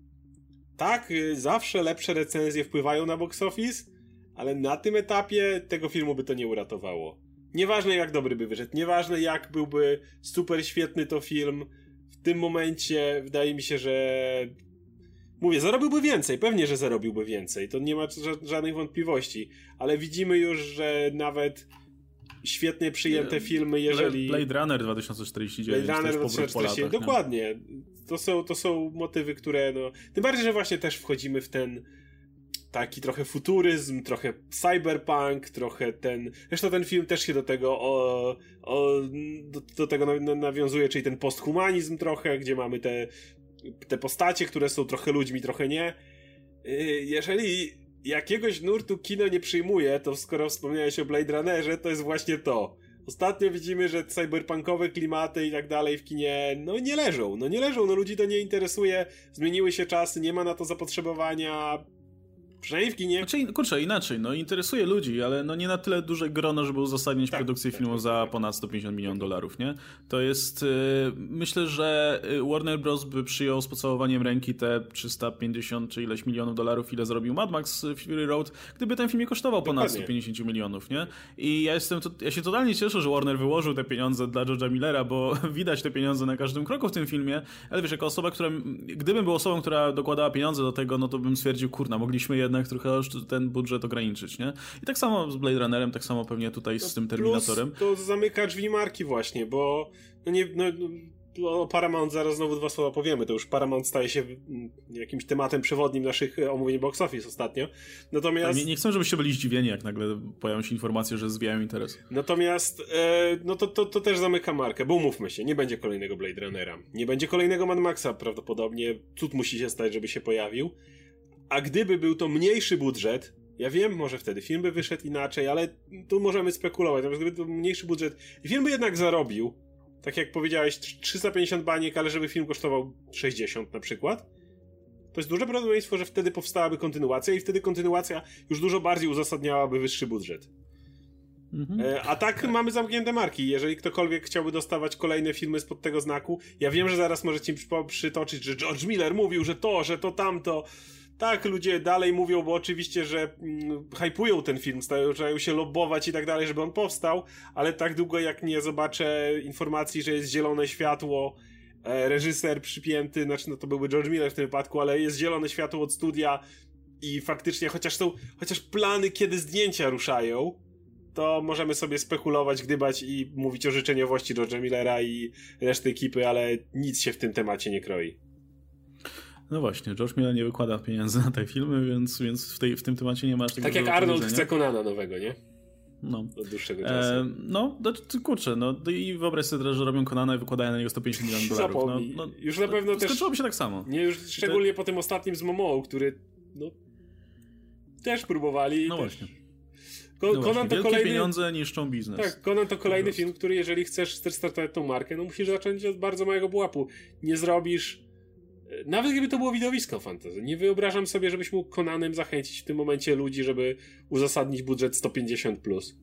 Tak, zawsze lepsze recenzje wpływają na box office, ale na tym etapie tego filmu by to nie uratowało. Nieważne jak dobry by wyszedł, nieważne jak byłby super świetny to film, w tym momencie wydaje mi się, że mówię, zarobiłby więcej, pewnie, że zarobiłby więcej, to nie ma ża- żadnych wątpliwości, ale widzimy już, że nawet świetnie przyjęte filmy, jeżeli... Blade Runner dwa tysiące czterdzieści dziewięć, Blade Runner dwa tysiące czterdzieści dziewięć, dokładnie. To są, to są motywy, które no... Tym bardziej, że właśnie też wchodzimy w ten taki trochę futuryzm, trochę cyberpunk, trochę ten... Zresztą ten film też się do tego o, o, do, do tego nawiązuje, czyli ten posthumanizm trochę, gdzie mamy te, te postacie, które są trochę ludźmi, trochę nie. Jeżeli jakiegoś nurtu kino nie przyjmuje, to skoro wspomniałeś o Blade Runnerze, to jest właśnie to. Ostatnio widzimy, że cyberpunkowe klimaty i tak dalej w kinie, no nie leżą, no nie leżą, no ludzi to nie interesuje, zmieniły się czasy, nie ma na to zapotrzebowania, przynajmniej w kinie. Znaczy, kurczę, inaczej, no interesuje ludzi, ale no nie na tyle duże grono, żeby uzasadnić tak, produkcję tak, filmu tak, za tak. ponad sto pięćdziesiąt milionów dolarów, nie? To jest, yy, myślę, że Warner Bros. By przyjął z pocałowaniem ręki te trzysta pięćdziesiąt czy ileś milionów dolarów, ile zrobił Mad Max Fury Road, gdyby ten film nie kosztował ponad Dokładnie. sto pięćdziesiąt milionów, nie? I ja jestem, to, ja się totalnie cieszę, że Warner wyłożył te pieniądze dla George'a Millera, bo widać te pieniądze na każdym kroku w tym filmie, ale wiesz, jako osoba, która, gdybym był osobą, która dokładała pieniądze do tego, no to bym stwierdził, kurna, mogliśmy jednak trochę ten budżet ograniczyć, nie? I tak samo z Blade Runnerem, tak samo pewnie tutaj z tym Terminatorem. Plus to zamyka drzwi marki właśnie, bo no nie, no, o Paramount zaraz znowu dwa słowa powiemy, to już Paramount staje się jakimś tematem przewodnim naszych omówień box office ostatnio. Natomiast... Nie, nie chcę, żebyście byli zdziwieni, jak nagle pojawią się informacje, że zwijają interes. Natomiast e, no to, to, to też zamyka markę, bo umówmy się, nie będzie kolejnego Blade Runnera, nie będzie kolejnego Mad Maxa prawdopodobnie, cud musi się stać, żeby się pojawił. A gdyby był to mniejszy budżet, ja wiem, może wtedy film by wyszedł inaczej, ale tu możemy spekulować. Gdyby to był mniejszy budżet i film by jednak zarobił, tak jak powiedziałeś, trzysta pięćdziesiąt baniek, ale żeby film kosztował sześćdziesiąt na przykład, to jest duże prawdopodobieństwo, że wtedy powstałaby kontynuacja i wtedy kontynuacja już dużo bardziej uzasadniałaby wyższy budżet. Mhm. A tak mamy zamknięte marki. Jeżeli ktokolwiek chciałby dostawać kolejne filmy spod tego znaku, ja wiem, że zaraz możecie mi przytoczyć, że George Miller mówił, że to, że to tamto. Tak, ludzie dalej mówią, bo oczywiście, że mm, hypują ten film, starają się lobbować i tak dalej, żeby on powstał, ale tak długo jak nie zobaczę informacji, że jest zielone światło, e, reżyser przypięty, znaczy no to byłby George Miller w tym wypadku, ale jest zielone światło od studia i faktycznie chociaż są, chociaż plany, kiedy zdjęcia ruszają, to możemy sobie spekulować, gdybać i mówić o życzeniowości George'a Millera i reszty ekipy, ale nic się w tym temacie nie kroi. No właśnie, George Miller nie wykłada pieniędzy na te filmy, więc, więc w, tej, w tym temacie nie ma tego. Tak jak Arnold chce Conana nowego, nie? No. Od dłuższego czasu. E, no, kurczę, no i wyobraź sobie teraz, że robią Conana i wykładają na niego sto pięćdziesiąt milionów dolarów. No, no, już na pewno też... Skończyłoby się tak samo. Nie, już szczególnie te... po tym ostatnim z Momoą, który no też próbowali. No też... właśnie. Ko- no Conan właśnie. to Wielkie kolejny... pieniądze niszczą biznes. Tak, Conan to kolejny film, który jeżeli chcesz startować tą markę, no musisz zacząć od bardzo małego pułapu. Nie zrobisz... Nawet gdyby to było widowisko fantasy, nie wyobrażam sobie, żebyś mógł Conanem zachęcić w tym momencie ludzi, żeby uzasadnić budżet sto pięćdziesiąt plus.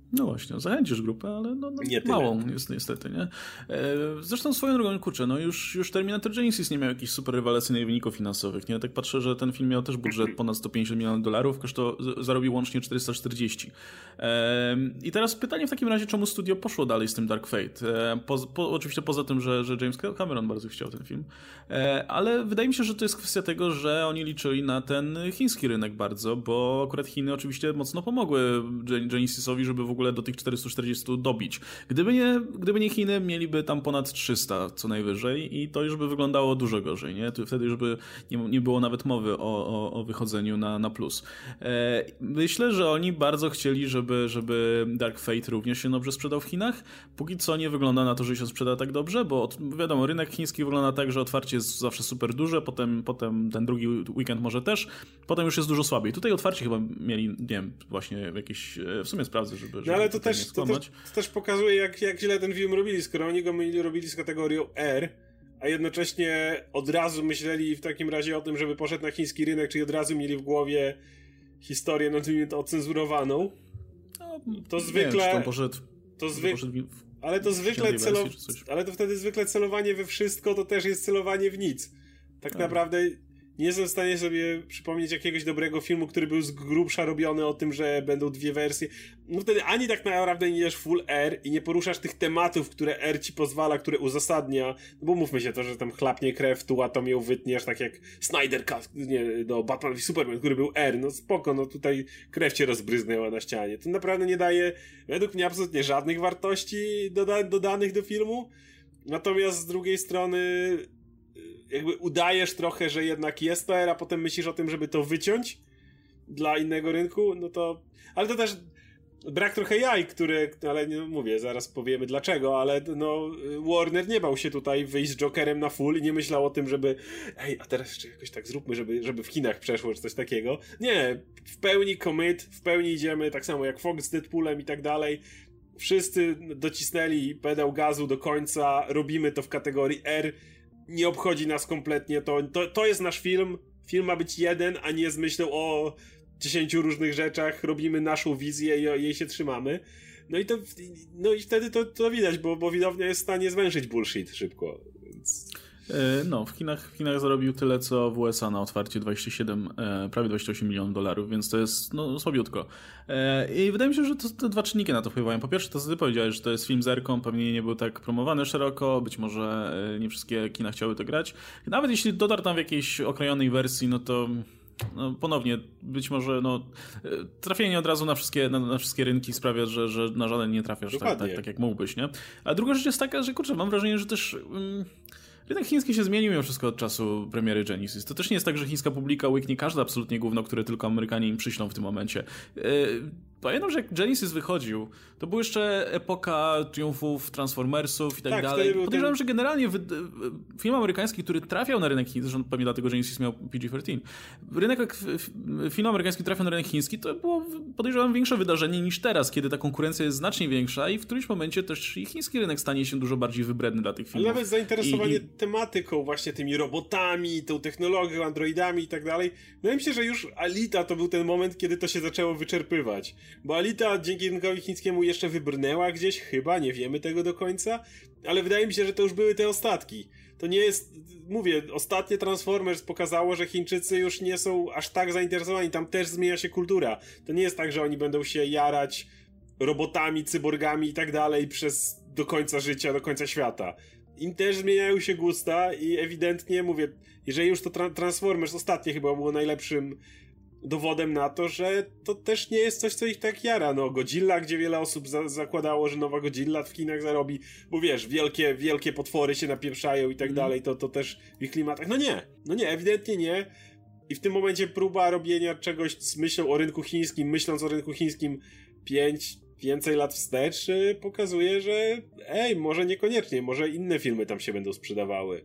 No właśnie, zachęcisz grupę, ale no, no nie małą jest niestety, nie? E, zresztą swoją drogą, kurczę, no już, już Terminator Genesis nie miał jakichś super rewelacyjnych wyników finansowych, nie? Tak patrzę, że ten film miał też budżet ponad sto pięćdziesiąt milionów dolarów, kosztował, zarobił łącznie czterysta czterdzieści. E, I teraz pytanie w takim razie, czemu studio poszło dalej z tym Dark Fate? E, po, po, oczywiście poza tym, że, że James Cameron bardzo chciał ten film, e, ale wydaje mi się, że to jest kwestia tego, że oni liczyli na ten chiński rynek bardzo, bo akurat Chiny oczywiście mocno pomogły Genesisowi, żeby w ogóle do tych czterysta czterdzieści dobić. Gdyby nie, gdyby nie Chiny, mieliby tam ponad trzysta co najwyżej i to już by wyglądało dużo gorzej, nie? To wtedy już by nie, nie było nawet mowy o, o, o wychodzeniu na, na plus. E, myślę, że oni bardzo chcieli, żeby, żeby Dark Fate również się dobrze sprzedał w Chinach. Póki co nie wygląda na to, że się sprzeda tak dobrze, bo od, wiadomo, rynek chiński wygląda tak, że otwarcie jest zawsze super duże, potem, potem ten drugi weekend może też, potem już jest dużo słabiej. Tutaj otwarcie chyba mieli, nie wiem, właśnie jakieś, w sumie sprawdzę, żeby, żeby no ale to też, to, też, to też pokazuje, jak, jak źle ten film robili, skoro oni go robili z kategorią R, a jednocześnie od razu myśleli w takim razie o tym, żeby poszedł na chiński rynek, czyli od razu mieli w głowie historię no, ocenzurowaną. No, to zwykle... Wiem, czy poszedł, to zwy... poszedł w... Ale to zwykle celo... Ale to wtedy zwykle celowanie we wszystko to też jest celowanie w nic. Tak a. naprawdę... Nie jestem w stanie sobie przypomnieć jakiegoś dobrego filmu, który był z grubsza robiony o tym, że będą dwie wersje. No wtedy ani tak naprawdę nie jesz full R i nie poruszasz tych tematów, które R ci pozwala, które uzasadnia. No bo mówmy się to, że tam chlapnie krew, tu atom ją wytniesz, tak jak Snyder Cut, nie, no Batman v Superman, który był R. No spoko, no tutaj krew cię rozbryznęła na ścianie. To naprawdę nie daje, według mnie, absolutnie żadnych wartości doda- dodanych do filmu. Natomiast z drugiej strony... jakby udajesz trochę, że jednak jest to R, a potem myślisz o tym, żeby to wyciąć dla innego rynku, no to... Ale to też brak trochę jaj, który... Ale nie mówię, zaraz powiemy dlaczego, ale no Warner nie bał się tutaj wyjść z Jokerem na full i nie myślał o tym, żeby ej, a teraz jeszcze jakoś tak zróbmy, żeby, żeby w Chinach przeszło, czy coś takiego. Nie, w pełni commit, w pełni idziemy, tak samo jak Fox z Deadpoolem i tak dalej. Wszyscy docisnęli pedał gazu do końca, robimy to w kategorii R. Nie obchodzi nas kompletnie to, to. To jest nasz film. Film ma być jeden, a nie z myślą o dziesięciu różnych rzeczach. Robimy naszą wizję i jej się trzymamy. No i to, no i wtedy to, to widać, bo, bo widownia jest w stanie zwęszyć bullshit szybko. Więc... No, w Chinach, w Chinach zarobił tyle, co w U S A na otwarcie, dwadzieścia siedem, prawie dwadzieścia osiem milionów dolarów, więc to jest no słabiutko. I wydaje mi się, że to, te dwa czynniki na to wpływają. Po pierwsze, to co ty powiedziałeś, że to jest film z erką, pewnie nie był tak promowany szeroko, być może nie wszystkie kina chciały to grać. Nawet jeśli dotarł tam w jakiejś okrojonej wersji, no to no, ponownie, być może no, trafienie od razu na wszystkie, na, na wszystkie rynki sprawia, że, że na żaden nie trafiasz tak, tak, tak jak mógłbyś, nie? A druga rzecz jest taka, że kurczę, mam wrażenie, że też... Um, Rynek chiński się zmienił mimo wszystko od czasu premiery Genesis. To też nie jest tak, że chińska publika łyknie każde absolutnie gówno, które tylko Amerykanie im przyślą w tym momencie. Yy, pamiętam, że jak Genesis wychodził, to była jeszcze epoka triumfów Transformersów i tak, tak dalej. Podejrzewam, ten... że generalnie wy... film amerykański, który trafiał na rynek chiński, zresztą pewnie dlatego Genesis miał P G trzynaście, rynek, film amerykański trafiał na rynek chiński, to było, podejrzewam, większe wydarzenie niż teraz, kiedy ta konkurencja jest znacznie większa i w którymś momencie też i chiński rynek stanie się dużo bardziej wybredny dla tych filmów. Ale nawet zainteresowanie I, i... tematyką, właśnie tymi robotami, tą technologią, androidami i tak dalej. Wydaje mi się, że już Alita to był ten moment, kiedy to się zaczęło wyczerpywać. Bo Alita dzięki rynkowi chińskiemu jeszcze wybrnęła gdzieś, chyba, nie wiemy tego do końca, ale wydaje mi się, że to już były te ostatki. To nie jest, mówię, ostatnie Transformers pokazało, że Chińczycy już nie są aż tak zainteresowani, tam też zmienia się kultura. To nie jest tak, że oni będą się jarać robotami, cyborgami i tak dalej przez do końca życia, do końca świata. Im też zmieniają się gusta i ewidentnie, mówię, jeżeli już to tra- Transformers ostatnie chyba było najlepszym dowodem na to, że to też nie jest coś, co ich tak jara. No, Godzilla, gdzie wiele osób za- zakładało, że nowa Godzilla w kinach zarobi, bo wiesz, wielkie, wielkie potwory się napieprzają i tak mm. dalej, to, to też w ich klimatach. No nie, no nie, ewidentnie nie. I w tym momencie próba robienia czegoś z myślą o rynku chińskim, myśląc o rynku chińskim pięć, więcej lat wstecz, pokazuje, że ej, może niekoniecznie, może inne filmy tam się będą sprzedawały.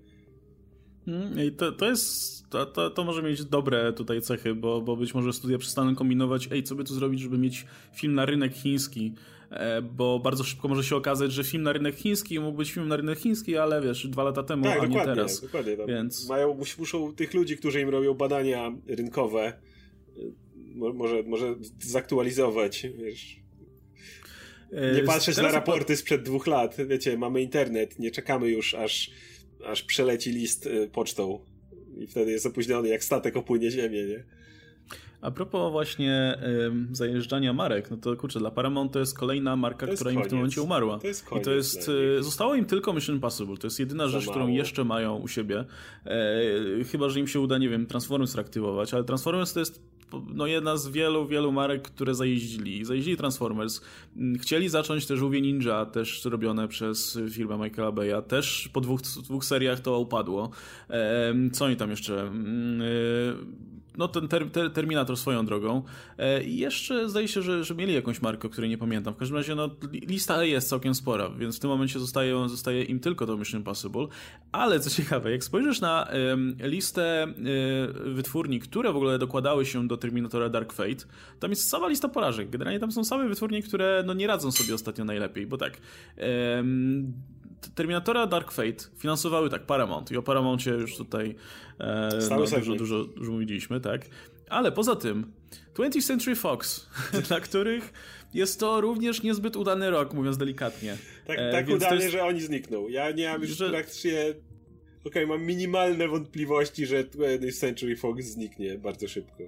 I to, to jest, to, to, to może mieć dobre tutaj cechy, bo, bo być może studia przestaną kombinować, ej, co by tu zrobić, żeby mieć film na rynek chiński, bo bardzo szybko może się okazać, że film na rynek chiński mógł być film na rynek chiński, ale wiesz, dwa lata temu, tak, a nie teraz. Dokładnie, Więc... Mają, muszą tych ludzi, którzy im robią badania rynkowe, może, może zaktualizować, wiesz. Nie patrzeć na raporty sprzed dwóch lat. Wiecie, mamy internet, nie czekamy już, aż, aż przeleci list pocztą i wtedy jest opóźniony, jak statek opłynie ziemię, nie? A propos właśnie y, zajeżdżania marek, no to kurczę, dla Paramount to jest kolejna marka, jest która im koniec. w tym momencie umarła. To jest koniec, I to jest, y, zostało im tylko Mission Impossible. To jest jedyna Za rzecz, mało. którą jeszcze mają u siebie. E, chyba, że im się uda, nie wiem, Transformers reaktywować, ale Transformers to jest no, jedna z wielu, wielu marek, które zajeździli. Zajeździli Transformers. Chcieli zacząć też Żółwie Ninja, też robione przez firmę Michaela Bay'a. Też po dwóch, dwóch seriach to upadło. E, co oni tam jeszcze... E, No ten ter, ter, Terminator swoją drogą. E, I jeszcze zdaje się, że, że mieli jakąś markę, o której nie pamiętam. W każdym razie no, lista jest całkiem spora, więc w tym momencie zostaje, zostaje im tylko to Mission Impossible. Ale co ciekawe, jak spojrzysz na y, listę y, wytwórni, które w ogóle dokładały się do Terminatora Dark Fate, tam jest cała lista porażek. Generalnie tam są same wytwórnie, które no, nie radzą sobie ostatnio najlepiej, bo tak... Y, Terminatora Dark Fate finansowały tak Paramount i o Paramouncie już tutaj e, no, dużo, dużo, dużo mówiliśmy, tak? Ale poza tym twentieth Century Fox, dla których jest to również niezbyt udany rok, mówiąc delikatnie. Tak, e, tak udany, jest... że oni znikną. Ja nie mam już że... praktycznie... Okej, okay, mam minimalne wątpliwości, że twentieth Century Fox zniknie bardzo szybko.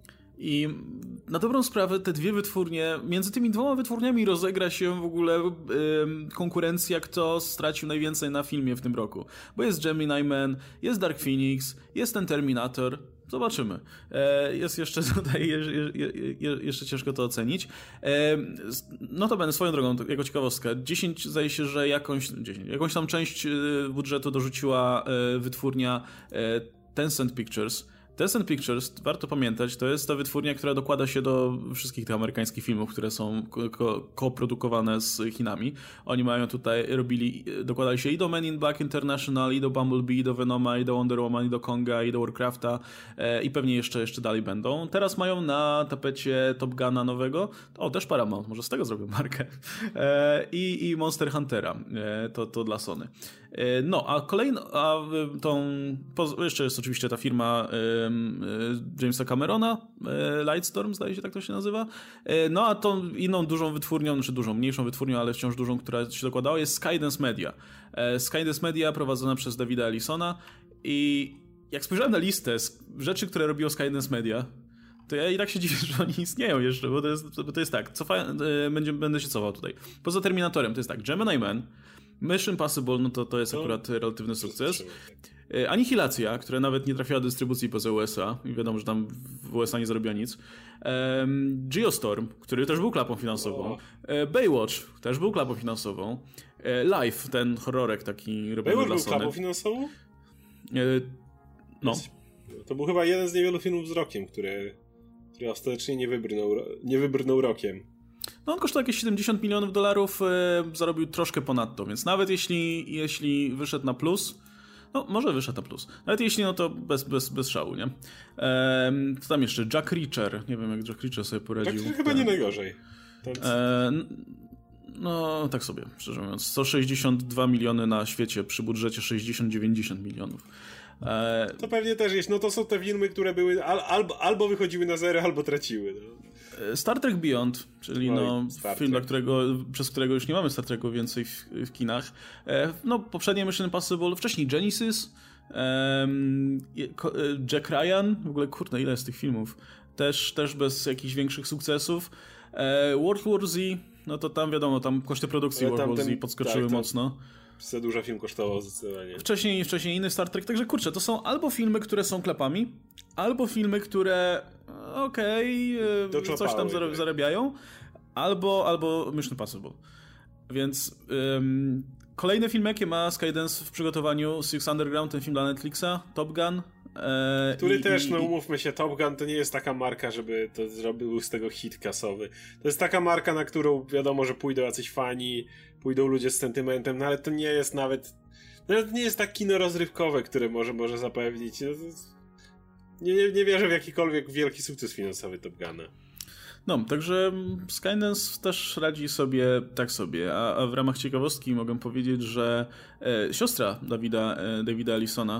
I na dobrą sprawę te dwie wytwórnie, między tymi dwoma wytwórniami rozegra się w ogóle y, konkurencja, kto stracił najwięcej na filmie w tym roku. Bo jest Gemini Man, jest Dark Phoenix, jest ten Terminator. Zobaczymy. E, jest jeszcze tutaj, je, je, je, jeszcze ciężko to ocenić. E, no to będę swoją drogą, jako ciekawostka. dziesięć zdaje się, że jakąś, dziesięć, jakąś tam część budżetu dorzuciła e, wytwórnia e, Tencent Pictures. Tencent Pictures, warto pamiętać, to jest ta wytwórnia, która dokłada się do wszystkich tych amerykańskich filmów, które są koprodukowane z Chinami. Oni mają tutaj, robili, dokładali się i do Men in Black International, i do Bumblebee, i do Venoma, i do Wonder Woman, i do Konga, i do Warcrafta e, i pewnie jeszcze, jeszcze dalej będą. Teraz mają na tapecie Top Guna nowego, o też Paramount, może z tego zrobią markę, e, i, i Monster Huntera, e, to, to dla Sony. E, no, a kolejną, a tą, jeszcze jest oczywiście ta firma e, Jamesa Camerona, Lightstorm, zdaje się, tak to się nazywa. No a tą inną dużą wytwórnią, czy dużą, mniejszą wytwórnią, ale wciąż dużą, która się dokładała, jest Skydance Media. Skydance Media prowadzona przez Davida Ellisona i jak spojrzałem na listę rzeczy, które robiło Skydance Media, to ja i tak się dziwię, że oni istnieją jeszcze, bo to jest, bo to jest tak, cofa, będzie, będę się cofał tutaj. Poza Terminatorem to jest tak, Gemini Man, Mission Impossible, no to, to jest akurat relatywny sukces. Anihilacja, która nawet nie trafiła do dystrybucji poza U S A i wiadomo, że tam w U S A nie zarobiła nic. Um, Geostorm, który też był klapą finansową. E, Baywatch też był klapą finansową. E, Life, ten horrorek taki robiony dla Sony. Baywatch był klapą finansową? E, no. To był chyba jeden z niewielu filmów z rokiem, który, który ostatecznie nie wybrnął, nie wybrnął rokiem. No on kosztował jakieś siedemdziesiąt milionów dolarów, e, zarobił troszkę ponad to, więc nawet jeśli, jeśli wyszedł na plus, no może wyszedł na plus, nawet jeśli no to bez, bez, bez szału, nie? Ehm, co tam jeszcze? Jack Reacher, nie wiem jak Jack Reacher sobie poradził. Jack Reacher chyba nie najgorzej. E, no tak sobie, szczerze mówiąc, sto sześćdziesiąt dwa miliony na świecie przy budżecie sześćdziesiąt dziewięćdziesiąt milionów. E, to pewnie też jest, no to są te filmy, które były al, albo, albo wychodziły na zero, albo traciły. No. Star Trek Beyond, czyli Oj, no, film, dla którego, przez którego już nie mamy Star Treku więcej w, w kinach. E, no, poprzednie Mission Impossible, wcześniej Genesis, e, Jack Ryan, w ogóle kurde, ile jest tych filmów? Też, też bez jakichś większych sukcesów. E, World War Z, no to tam wiadomo, tam koszty produkcji World War Z podskoczyły tak, mocno. Za dużo film kosztował zdecydowanie. Wcześniej, wcześniej inny Star Trek, także kurczę, to są albo filmy, które są klepami, albo filmy, które okej, okay, coś tam zar- zarabiają, albo, albo Mission Impossible. Więc um, kolejne filmy, jakie ma Skydance w przygotowaniu, Six Underground, ten film dla Netflixa, Top Gun. E, Który i, też, i, no umówmy się, Top Gun to nie jest taka marka, żeby to zrobił z tego hit kasowy. To jest taka marka, na którą wiadomo, że pójdą jacyś fani, pójdą ludzie z sentymentem, no ale to nie jest nawet, nawet nie jest tak kino rozrywkowe, które może, może zapewnić. No, nie, nie, nie wierzę w jakikolwiek wielki sukces finansowy Top Guna. No, także Skydance też radzi sobie tak sobie, a, a w ramach ciekawostki mogę powiedzieć, że e, siostra Davida, e, Davida Ellisona,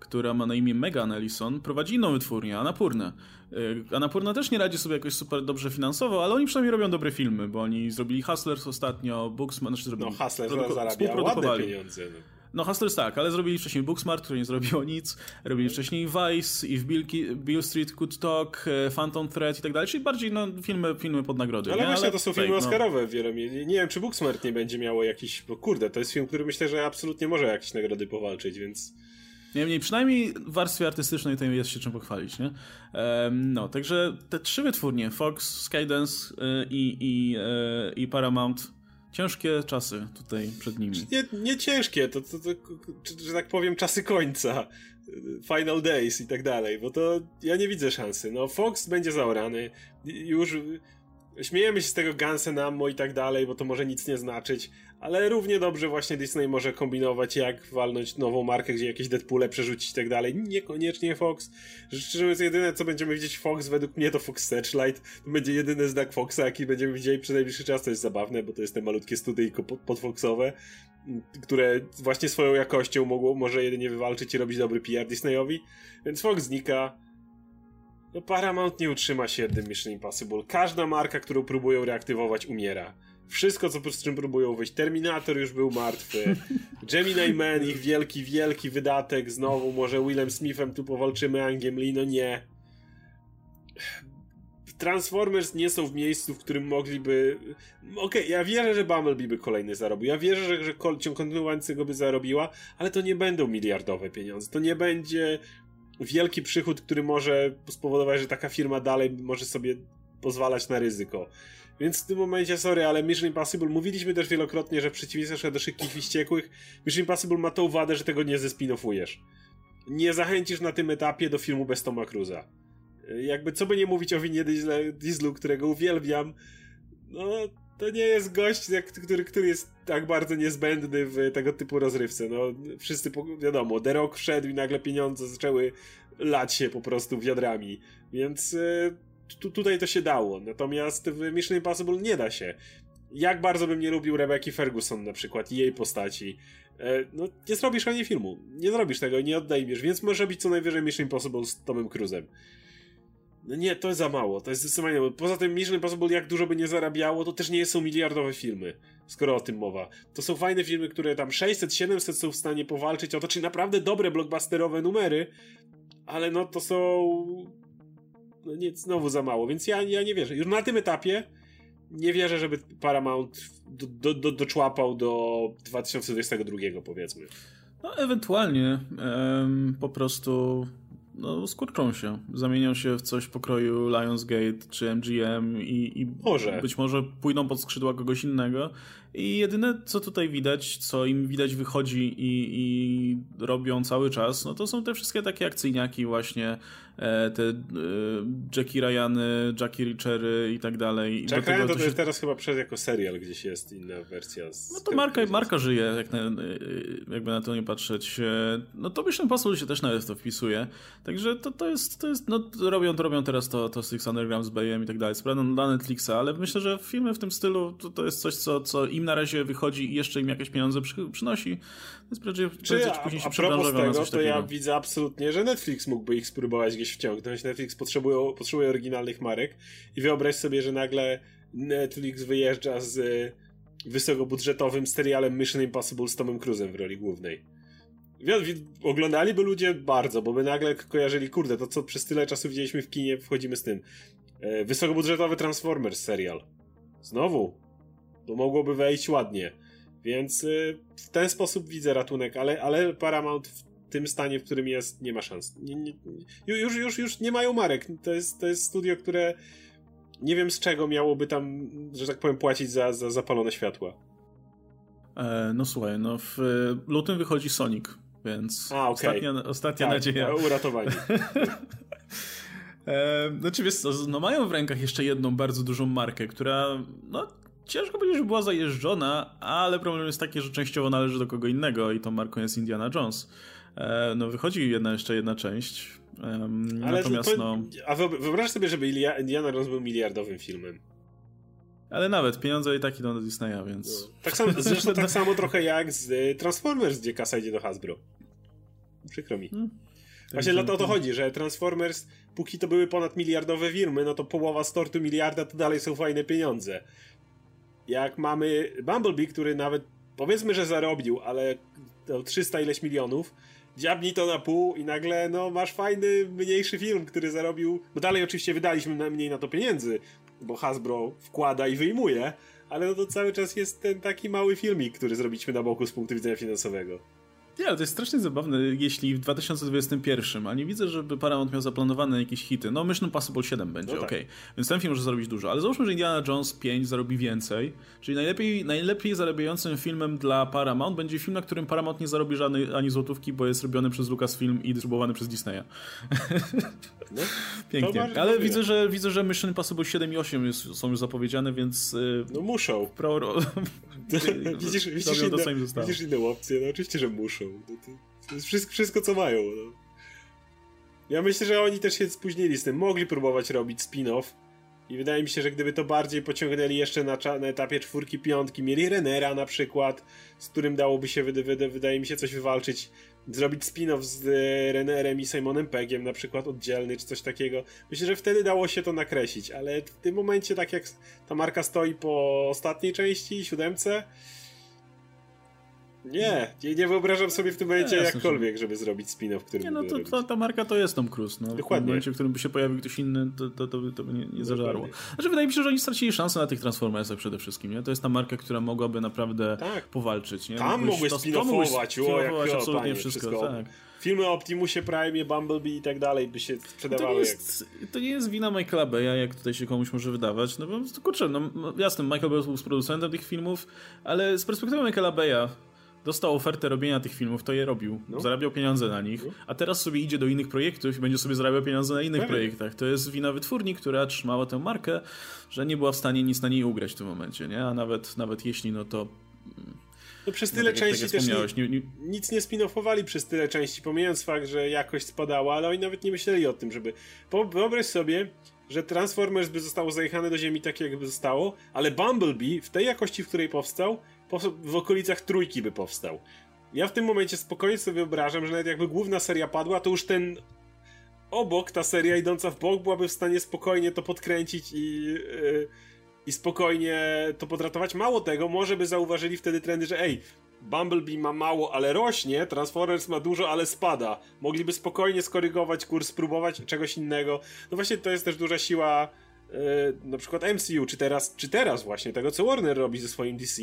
która ma na imię Megan Ellison, prowadzi inną wytwórnię, Annapurnę. Annapurna też nie radzi sobie jakoś super dobrze finansowo, ale oni przynajmniej robią dobre filmy, bo oni zrobili Hustlers ostatnio, Booksmart, znaczy zrobili... No Hustlers produ- zarabia ładne pieniądze. No. No Hustlers tak, ale zrobili wcześniej Booksmart, które nie zrobiło nic, robili wcześniej Vice, If Bill, Bill Street Could Talk, Phantom Thread i tak dalej, czyli bardziej no, filmy, filmy pod nagrody. Ale nie? właśnie ale to są tutaj, filmy no... oscarowe wiele. Nie wiem, czy Booksmart nie będzie miało jakiś, bo kurde, to jest film, który myślę, że absolutnie może jakieś nagrody powalczyć, więc... Niemniej, przynajmniej w warstwie artystycznej to jest się czym pochwalić, nie? Um, no, także te trzy wytwórnie, Fox, Skydance yy, i, i, yy, i Paramount, ciężkie czasy tutaj przed nimi. Nie, nie ciężkie, to, to, to, że tak powiem, czasy końca, Final Days i tak dalej, bo to ja nie widzę szansy. No, Fox będzie zaorany, już śmiejemy się z tego Guns N' Ammo i tak dalej, bo to może nic nie znaczyć, ale równie dobrze właśnie Disney może kombinować, jak walnąć nową markę, gdzie jakieś Deadpoole przerzucić i tak dalej. Niekoniecznie Fox. Szczerze mówiąc, jedyne co będziemy widzieć Fox, według mnie to Fox Searchlight. To będzie jedyny znak Foxa, jaki będziemy widzieli przez najbliższy czas. To jest zabawne, bo to jest te malutkie studyjko podfoxowe, które właśnie swoją jakością mogło, może jedynie wywalczyć i robić dobry P R Disneyowi. Więc Fox znika. No Paramount nie utrzyma się jednym Mission Impossible. Każda marka, którą próbują reaktywować, umiera. Wszystko, co z czym próbują wyjść. Terminator już był martwy. Gemini Man, ich wielki, wielki wydatek. Znowu może Willem Smithem tu powalczymy, Angiem Lee, no nie. Transformers nie są w miejscu, w którym mogliby... Okej, okay, ja wierzę, że Bumblebee by kolejny zarobił. Ja wierzę, że, że ciąg kontynuujący go by zarobiła, ale to nie będą miliardowe pieniądze. To nie będzie wielki przychód, który może spowodować, że taka firma dalej może sobie pozwalać na ryzyko. Więc w tym momencie, sorry, ale Mission Impossible, mówiliśmy też wielokrotnie, że w przeciwieństwie do Szybkich i Wściekłych, Mission Impossible ma tą wadę, że tego nie zespin-offujesz. Nie zachęcisz na tym etapie do filmu bez Toma Cruise'a. Jakby co by nie mówić o Vinie Dieslu, którego uwielbiam, no to nie jest gość, który, który jest tak bardzo niezbędny w tego typu rozrywce. No wszyscy, wiadomo, The Rock wszedł i nagle pieniądze zaczęły lać się po prostu wiadrami, więc y, tu, tutaj to się dało. Natomiast w Mission Impossible nie da się. Jak bardzo bym nie lubił Rebecki Ferguson na przykład i jej postaci, y, no nie zrobisz ani filmu. Nie zrobisz tego, nie oddajesz, więc możesz robić co najwyżej Mission Impossible z Tomem Cruise'em. No nie, to jest za mało, to jest zdecydowanie mało. Poza tym Mission Impossible, jak dużo by nie zarabiało, to też nie są miliardowe filmy, skoro o tym mowa. To są fajne filmy, które tam sześćset siedemset są w stanie powalczyć o to, czyli naprawdę dobre blockbusterowe numery, ale no to są... No nie, znowu za mało, więc ja, ja nie wierzę. Już na tym etapie nie wierzę, żeby Paramount do, do, do, doczłapał do dwa tysiące dwudziestego drugiego, powiedzmy. No ewentualnie em, po prostu... No, skurczą się. Zamienią się w coś pokroju Lionsgate czy M G M i, i może. być może pójdą pod skrzydła kogoś innego. I jedyne, co tutaj widać, co im widać wychodzi i, i robią cały czas, no to są te wszystkie takie akcyjniaki właśnie, e, te e, Jackie Ryany, Jackie Reachery i tak dalej. Jack Ryan to, to się... jest teraz chyba przez jako serial, gdzieś jest inna wersja. Z no to marka, marka żyje, jak na, jakby na to nie patrzeć. No to Mission Impossible się też nawet w to wpisuje. Także to, to jest, to jest no robią, to robią teraz to, to Six Underground z Bayem i tak dalej. Sprawdzam dla Netflixa, ale myślę, że filmy w tym stylu to, to jest coś, co, co im na razie wychodzi i jeszcze im jakieś pieniądze przy, przynosi. Więc prędzej, prędzej czy później się przebranżowią na coś takiego. To ja takiego. widzę absolutnie, że Netflix mógłby ich spróbować gdzieś wciągnąć. Netflix potrzebuje, potrzebuje oryginalnych marek i wyobraź sobie, że nagle Netflix wyjeżdża z wysokobudżetowym serialem Mission Impossible z Tomem Cruise'em w roli głównej. Oglądaliby ludzie bardzo, bo by nagle kojarzyli, kurde, to co przez tyle czasu widzieliśmy w kinie, wchodzimy z tym. Wysokobudżetowy Transformers serial. Znowu. To mogłoby wejść ładnie. Więc w ten sposób widzę ratunek, ale, ale Paramount w tym stanie, w którym jest, nie ma szans. Nie, nie, już, już, już nie mają marek. To jest, to jest studio, które nie wiem z czego miałoby tam, że tak powiem, płacić za, za zapalone światła. E, no słuchaj, no w lutym wychodzi Sonic, więc A, okay. ostatnia, ostatnia tak, nadzieja. Uratowanie. e, znaczy wiesz co, no mają w rękach jeszcze jedną bardzo dużą markę, która no ciężko powiedzieć, że była zajeżdżona, ale problem jest taki, że częściowo należy do kogo innego i tą marką jest Indiana Jones. E, no wychodzi jedna jeszcze jedna część. Um, ale natomiast to, no... A wyobraź sobie, żeby Indiana Jones był miliardowym filmem. Ale nawet pieniądze i tak idą do Disneya, więc... No. Tak samo, zresztą tak samo trochę jak z Transformers, gdzie kasa idzie do Hasbro. Przykro mi. Właśnie dlatego o to chodzi, że Transformers, póki to były ponad miliardowe firmy, no to połowa z tortu miliarda to dalej są fajne pieniądze. Jak mamy Bumblebee, który nawet, powiedzmy, że zarobił, ale to trzysta ileś milionów, dziabnij to na pół i nagle, no, masz fajny, mniejszy film, który zarobił, bo dalej oczywiście wydaliśmy na, mniej na to pieniędzy, bo Hasbro wkłada i wyjmuje, ale no to cały czas jest ten taki mały filmik, który zrobiliśmy na boku z punktu widzenia finansowego. Nie, ale to jest strasznie zabawne, jeśli w dwa tysiące dwudziestym pierwszym, a nie widzę, żeby Paramount miał zaplanowane jakieś hity. No Mission Impossible siedem będzie, no tak. okej. Okay. Więc ten film może zarobić dużo, ale załóżmy, że Indiana Jones pięć zarobi więcej, czyli najlepiej, najlepiej zarabiającym filmem dla Paramount będzie film, na którym Paramount nie zarobi żadnej ani złotówki, bo jest robiony przez Lucasfilm i dystrybuowany przez Disneya. No, pięknie. Ale widzę że, widzę, że Mission Impossible siedem i osiem jest, są już zapowiedziane, więc... No muszą. Pro... widzisz, widzisz, inne, widzisz inne opcje, no oczywiście, że muszą. To, to jest wszystko, wszystko co mają. No. Ja myślę, że oni też się spóźnili z tym. Mogli próbować robić spin-off i wydaje mi się, że gdyby to bardziej pociągnęli jeszcze na, na etapie czwórki, piątki, mieli Renera na przykład, z którym dałoby się, wyda, wyda, wydaje mi się, coś wywalczyć. Zrobić spin-off z Renerem i Simonem Peggiem na przykład oddzielny, czy coś takiego. Myślę, że wtedy dało się to nakreślić, ale w tym momencie, tak jak ta marka stoi po ostatniej części, siódemce, Nie, nie, nie wyobrażam sobie w tym momencie nie, jakkolwiek, żeby zrobić spin-off, który nie, no by to, to ta marka to jest Tom Cruise. No. Dokładnie. W momencie, w którym by się pojawił ktoś inny, to, to, to, to by nie, nie zażarło. Znaczy, wydaje mi się, że oni stracili szansę na tych Transformersach przede wszystkim. Nie? To jest ta marka, która mogłaby naprawdę tak. powalczyć. Nie? Tam mogłeś spin-offować, o, jak absolutnie panie, wszystko. wszystko. Tak. Filmy o Optimusie Prime, Bumblebee i tak dalej by się sprzedawały. To nie jest, to nie jest wina Michaela Baya, jak tutaj się komuś może wydawać. No bo kurczę, no jasne, Michael Bay był producentem tych filmów, ale z perspektywy Michaela Baya dostał ofertę robienia tych filmów, to je robił. No. Zarabiał pieniądze na nich, no. a teraz sobie idzie do innych projektów i będzie sobie zarabiał pieniądze na innych Pewnie. projektach. To jest wina wytwórni, która trzymała tę markę, że nie była w stanie nic na niej ugrać w tym momencie, nie? A nawet, nawet jeśli, no to... No przez tyle no, tak, części tak też nie, nie, nie... nic nie spin-offowali przez tyle części, pomijając fakt, że jakość spadała, ale oni nawet nie myśleli o tym, żeby... Wyobraź sobie, że Transformers by zostało zajechane do ziemi tak, jakby zostało, ale Bumblebee w tej jakości, w której powstał, w okolicach trójki by powstał. Ja w tym momencie spokojnie sobie wyobrażam, że nawet jakby główna seria padła, to już ten obok, ta seria idąca w bok byłaby w stanie spokojnie to podkręcić i, yy, i spokojnie to podratować. Mało tego, może by zauważyli wtedy trendy, że ej, Bumblebee ma mało, ale rośnie, Transformers ma dużo, ale spada. Mogliby spokojnie skorygować kurs, spróbować czegoś innego. No właśnie to jest też duża siła yy, na przykład M C U, czy teraz, czy teraz właśnie tego, co Warner robi ze swoim D C,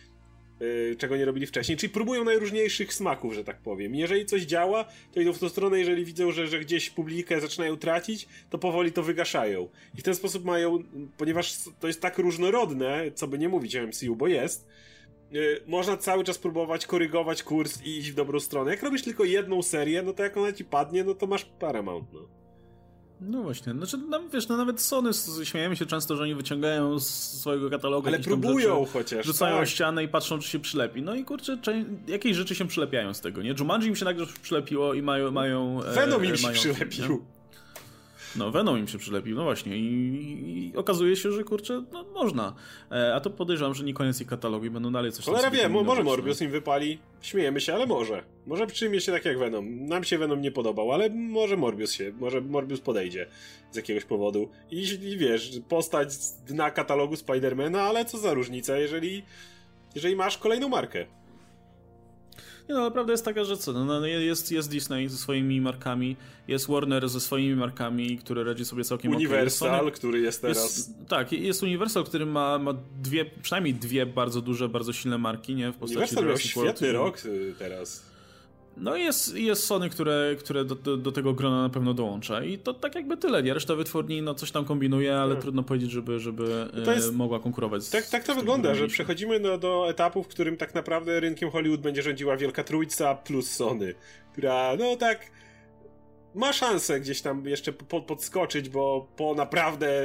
Yy, czego nie robili wcześniej, czyli próbują najróżniejszych smaków, że tak powiem. Jeżeli coś działa, to idą w tą stronę, jeżeli widzą, że, że gdzieś publikę zaczynają tracić, to powoli to wygaszają. I w ten sposób mają, ponieważ to jest tak różnorodne, co by nie mówić o M C U, bo jest, yy, można cały czas próbować korygować kurs i iść w dobrą stronę. Jak robisz tylko jedną serię, no to jak ona ci padnie, no to masz Paramount, no. No właśnie, znaczy, no, wiesz, no nawet Sony, śmiejemy się często, że oni wyciągają z swojego katalogu ale próbują rzeczy, chociaż, rzucają tak. o ścianę i patrzą, czy się przylepi. No i kurczę, czy, jakieś rzeczy się przylepiają z tego, nie? Jumanji im się nagle przylepiło i mają... mają Venom im e, się mają, przylepił. Nie? No, Venom im się przylepił, no właśnie. I, i okazuje się, że kurczę, no można. E, a to podejrzewam, że nie koniec ich katalogu i będą dalej coś tam. Cholera wie, może Morbius im wypali. Śmiejemy się, ale może. Może przyjmie się tak jak Venom. Nam się Venom nie podobał, ale może Morbius się, może Morbius podejdzie z jakiegoś powodu. I, i wiesz, postać z dna katalogu Spidermana, ale co za różnica, jeżeli, jeżeli masz kolejną markę. Nie no, ale prawda jest taka, że co, no, jest, jest Disney ze swoimi markami, jest Warner ze swoimi markami, który radzi sobie całkiem Universal, okay. Sony, który jest teraz... Jest, tak, jest Universal, który ma, ma dwie, przynajmniej dwie bardzo duże, bardzo silne marki, nie? W postaci Universal miał świetny rok teraz. No i jest, jest Sony, które, które do, do, do tego grona na pewno dołącza i to tak jakby tyle, nie? Reszta wytwórni no coś tam kombinuje, ale hmm. trudno powiedzieć, żeby, żeby to jest, e, mogła konkurować z, Tak, tak to wygląda, że przechodzimy do, do etapu, w którym tak naprawdę rynkiem Hollywood będzie rządziła Wielka Trójca plus Sony, która no tak ma szansę gdzieś tam jeszcze po, podskoczyć, bo po naprawdę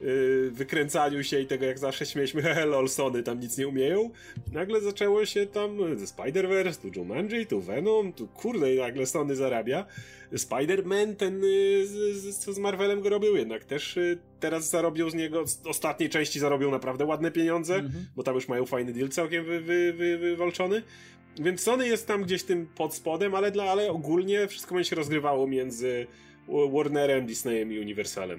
yy, wykręcaniu się i tego, jak zawsze śmieliśmy, hehe, lol, Sony tam nic nie umieją. Nagle zaczęło się tam ze Spider-Verse, tu Jumanji, tu Venom, tu kurde, i nagle Sony zarabia. Spider-Man, ten yy, z, co z Marvelem go robił, jednak też yy, teraz zarobią z niego, z ostatniej części zarobią naprawdę ładne pieniądze, mm-hmm. bo tam już mają fajny deal całkiem wy, wy, wy, wywalczony. Więc Sony jest tam gdzieś tym pod spodem, ale, dla, ale ogólnie wszystko będzie się rozgrywało między Warnerem, Disneyem i Universalem.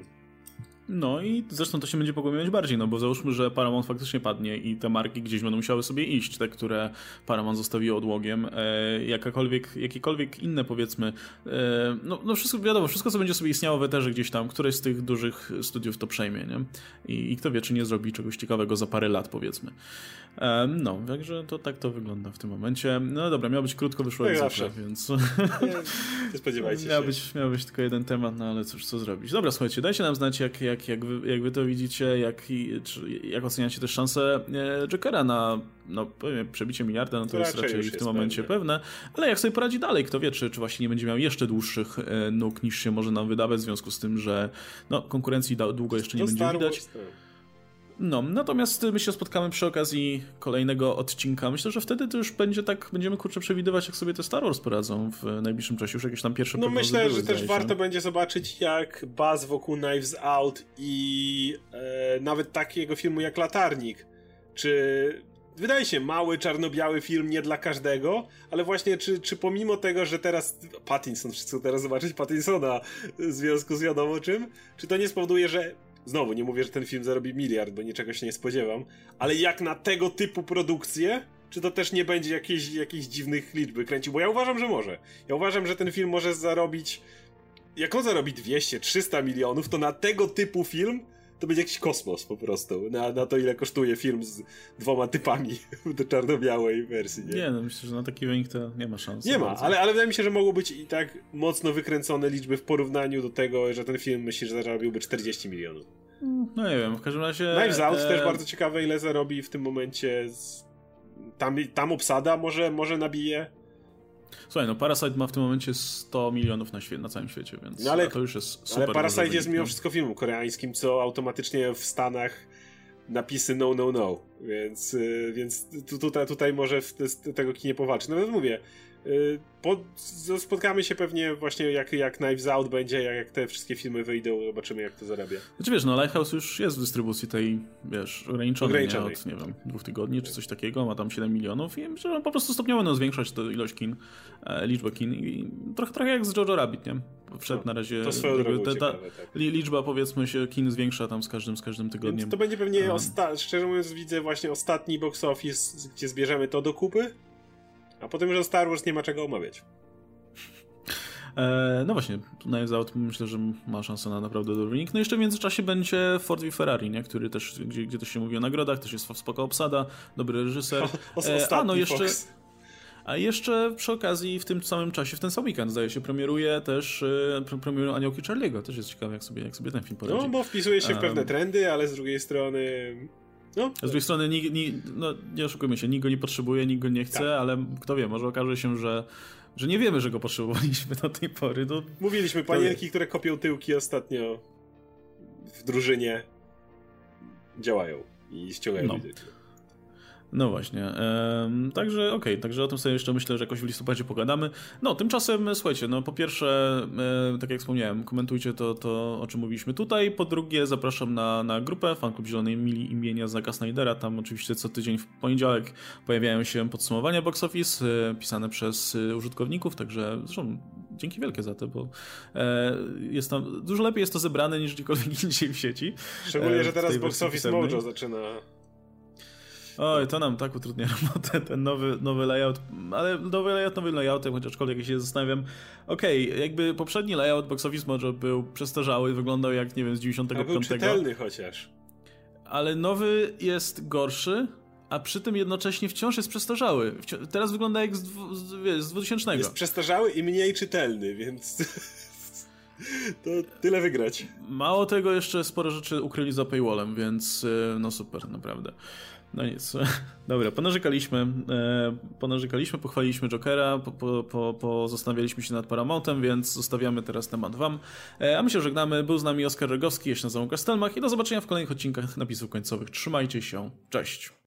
No i zresztą to się będzie pogłębiać bardziej, no bo załóżmy, że Paramount faktycznie padnie i te marki gdzieś będą musiały sobie iść, te, które Paramount zostawiło odłogiem, e, jakakolwiek, jakiekolwiek inne powiedzmy, e, no, no wszystko wiadomo, wszystko co będzie sobie istniało w eterze gdzieś tam, któreś z tych dużych studiów to przejmie, nie? I, i kto wie, czy nie zrobi czegoś ciekawego za parę lat, powiedzmy. E, no, także to tak to wygląda w tym momencie. No dobra, miał być krótko, wyszło jak zawsze, więc... Nie, nie spodziewajcie miał się. Być, miał być tylko jeden temat, no ale cóż, co zrobić. Dobra, słuchajcie, dajcie nam znać, jak, jak Jak, jak, wy, jak wy to widzicie, jak, czy, jak oceniacie też szansę e, Jokera na no, przebicie miliarda, no to, to jest raczej w tym momencie pewne. pewne, ale jak sobie poradzi dalej, kto wie, czy, czy właśnie nie będzie miał jeszcze dłuższych e, nóg niż się może nam wydawać, w związku z tym, że no, konkurencji da, długo jeszcze nie to będzie widać. Wars, No, natomiast my się spotkamy przy okazji kolejnego odcinka. Myślę, że wtedy to już będzie tak, będziemy kurczę przewidywać, jak sobie te Star Wars poradzą w najbliższym czasie. Już jakieś tam pierwsze No myślę, były, że też się. warto będzie zobaczyć, jak buzz wokół Knives Out i e, nawet takiego filmu jak Latarnik, czy wydaje się mały, czarno-biały film, nie dla każdego, ale właśnie czy, czy pomimo tego, że teraz Pattinson, wszyscy teraz zobaczyć Pattinsona w związku z wiadomo czym, czy to nie spowoduje, że znowu, nie mówię, że ten film zarobi miliard, bo niczego się nie spodziewam, ale jak na tego typu produkcję, czy to też nie będzie jakieś, jakieś dziwnych liczby kręcił? Bo ja uważam, że może. Ja uważam, że ten film może zarobić... Jak on zarobi dwieście trzysta milionów, to na tego typu film to będzie jakiś kosmos po prostu. Na, na to, ile kosztuje film z dwoma typami do czarno-białej wersji. Nie, nie no myślę, że na taki wynik to nie ma szans. Nie ma, ale, ale wydaje mi się, że mogło być i tak mocno wykręcone liczby w porównaniu do tego, że ten film myśli, że zarobiłby czterdzieści milionów. No nie wiem, w każdym razie... Knives Out e... też bardzo ciekawe, ile zarobi w tym momencie. Z... Tam, tam obsada może, może nabije. Słuchaj, no Parasite ma w tym momencie sto milionów na, świe- na całym świecie, więc no ale, to już jest super. Ale Parasite jest mimo wszystko filmem koreańskim, co automatycznie w Stanach napisy no, no, no. Więc, więc tu, tutaj, tutaj może w te, tego kinie powalczy. Nawet mówię, po, spotkamy się pewnie właśnie jak, jak Knives Out będzie, jak, jak te wszystkie filmy wyjdą, zobaczymy jak to zarabia. Znaczy wiesz, no Lighthouse już jest w dystrybucji tej, wiesz, ograniczonej, ograniczonej. Nie? Od, nie wiem, dwóch tygodni czy coś takiego, ma tam siedem milionów i myślę, że po prostu stopniowo będą zwiększać tę ilość kin, e, liczbę kin i trochę, trochę jak z Jojo Rabbit, nie? Wszedł no, na razie, to swoją drogą te, ta, ciekawe, tak. liczba powiedzmy się kin zwiększa tam z każdym, z każdym tygodniem. Więc to będzie pewnie, um. osta- szczerze mówiąc widzę właśnie ostatni box office, gdzie zbierzemy to do kupy. A potem, że Star Wars nie ma czego omawiać. E, no właśnie, Knives Out myślę, że ma szansę na naprawdę dobry wynik. No jeszcze w międzyczasie będzie Ford v Ferrari, nie? Który też, gdzie, gdzie też się mówi o nagrodach, też jest spoko obsada, dobry reżyser. O, o, e, a no jeszcze... Fox. A jeszcze przy okazji w tym samym czasie, w ten sam weekend zdaje się, premieruje też e, premierują Aniołki Charlie'ego. Też jest ciekawe, jak sobie, jak sobie ten film poradzi. No, bo wpisuje się w pewne um, trendy, ale z drugiej strony... No. Z drugiej strony, ni, ni, no, nie oszukujmy się, nikt go nie potrzebuje, nikt go nie chce, tak. Ale kto wie, może okaże się, że, że nie wiemy, że go potrzebowaliśmy do tej pory. No, mówiliśmy, panienki, które kopią tyłki ostatnio w drużynie działają i ściągają no. No właśnie, ehm, także okej, okay, także o tym sobie jeszcze myślę, że jakoś w listopadzie pogadamy. No, tymczasem, słuchajcie, no po pierwsze, e, tak jak wspomniałem, komentujcie to, to, o czym mówiliśmy tutaj, po drugie zapraszam na, na grupę Fanklub Zielonej Mili imienia Zacka Snydera, tam oczywiście co tydzień w poniedziałek pojawiają się podsumowania box office, e, pisane przez e, użytkowników, także zresztą dzięki wielkie za to, bo e, jest tam, dużo lepiej jest to zebrane niż gdziekolwiek indziej w sieci. Szczególnie, e, że teraz box office Mojo zaczyna... Oj, to nam tak utrudnia robotę, ten nowy, nowy layout, ale nowy layout nowym layoutem, chociażkolwiek się zastanawiam. Okej, okay, jakby poprzedni layout Box Office Mojo był przestarzały, wyglądał jak, nie wiem, z dziewięćdziesiątego piątego. A był czytelny chociaż. Ale nowy jest gorszy, a przy tym jednocześnie wciąż jest przestarzały. Wci- teraz wygląda jak z, dwu, z, wiesz, z dwutysięcznego. Jest przestarzały i mniej czytelny, więc... To tyle wygrać. Mało tego, jeszcze sporo rzeczy ukryli za paywallem, więc no super, naprawdę. No nic. Dobra, ponarzekaliśmy, e, ponarzekaliśmy, pochwaliliśmy Jokera, po, po, po, pozastanawialiśmy się nad Paramountem, więc zostawiamy teraz temat wam. E, a my się żegnamy. Był z nami Oskar Rogowski, ja się nazywam Kastelmach i do zobaczenia w kolejnych odcinkach napisów końcowych. Trzymajcie się, cześć!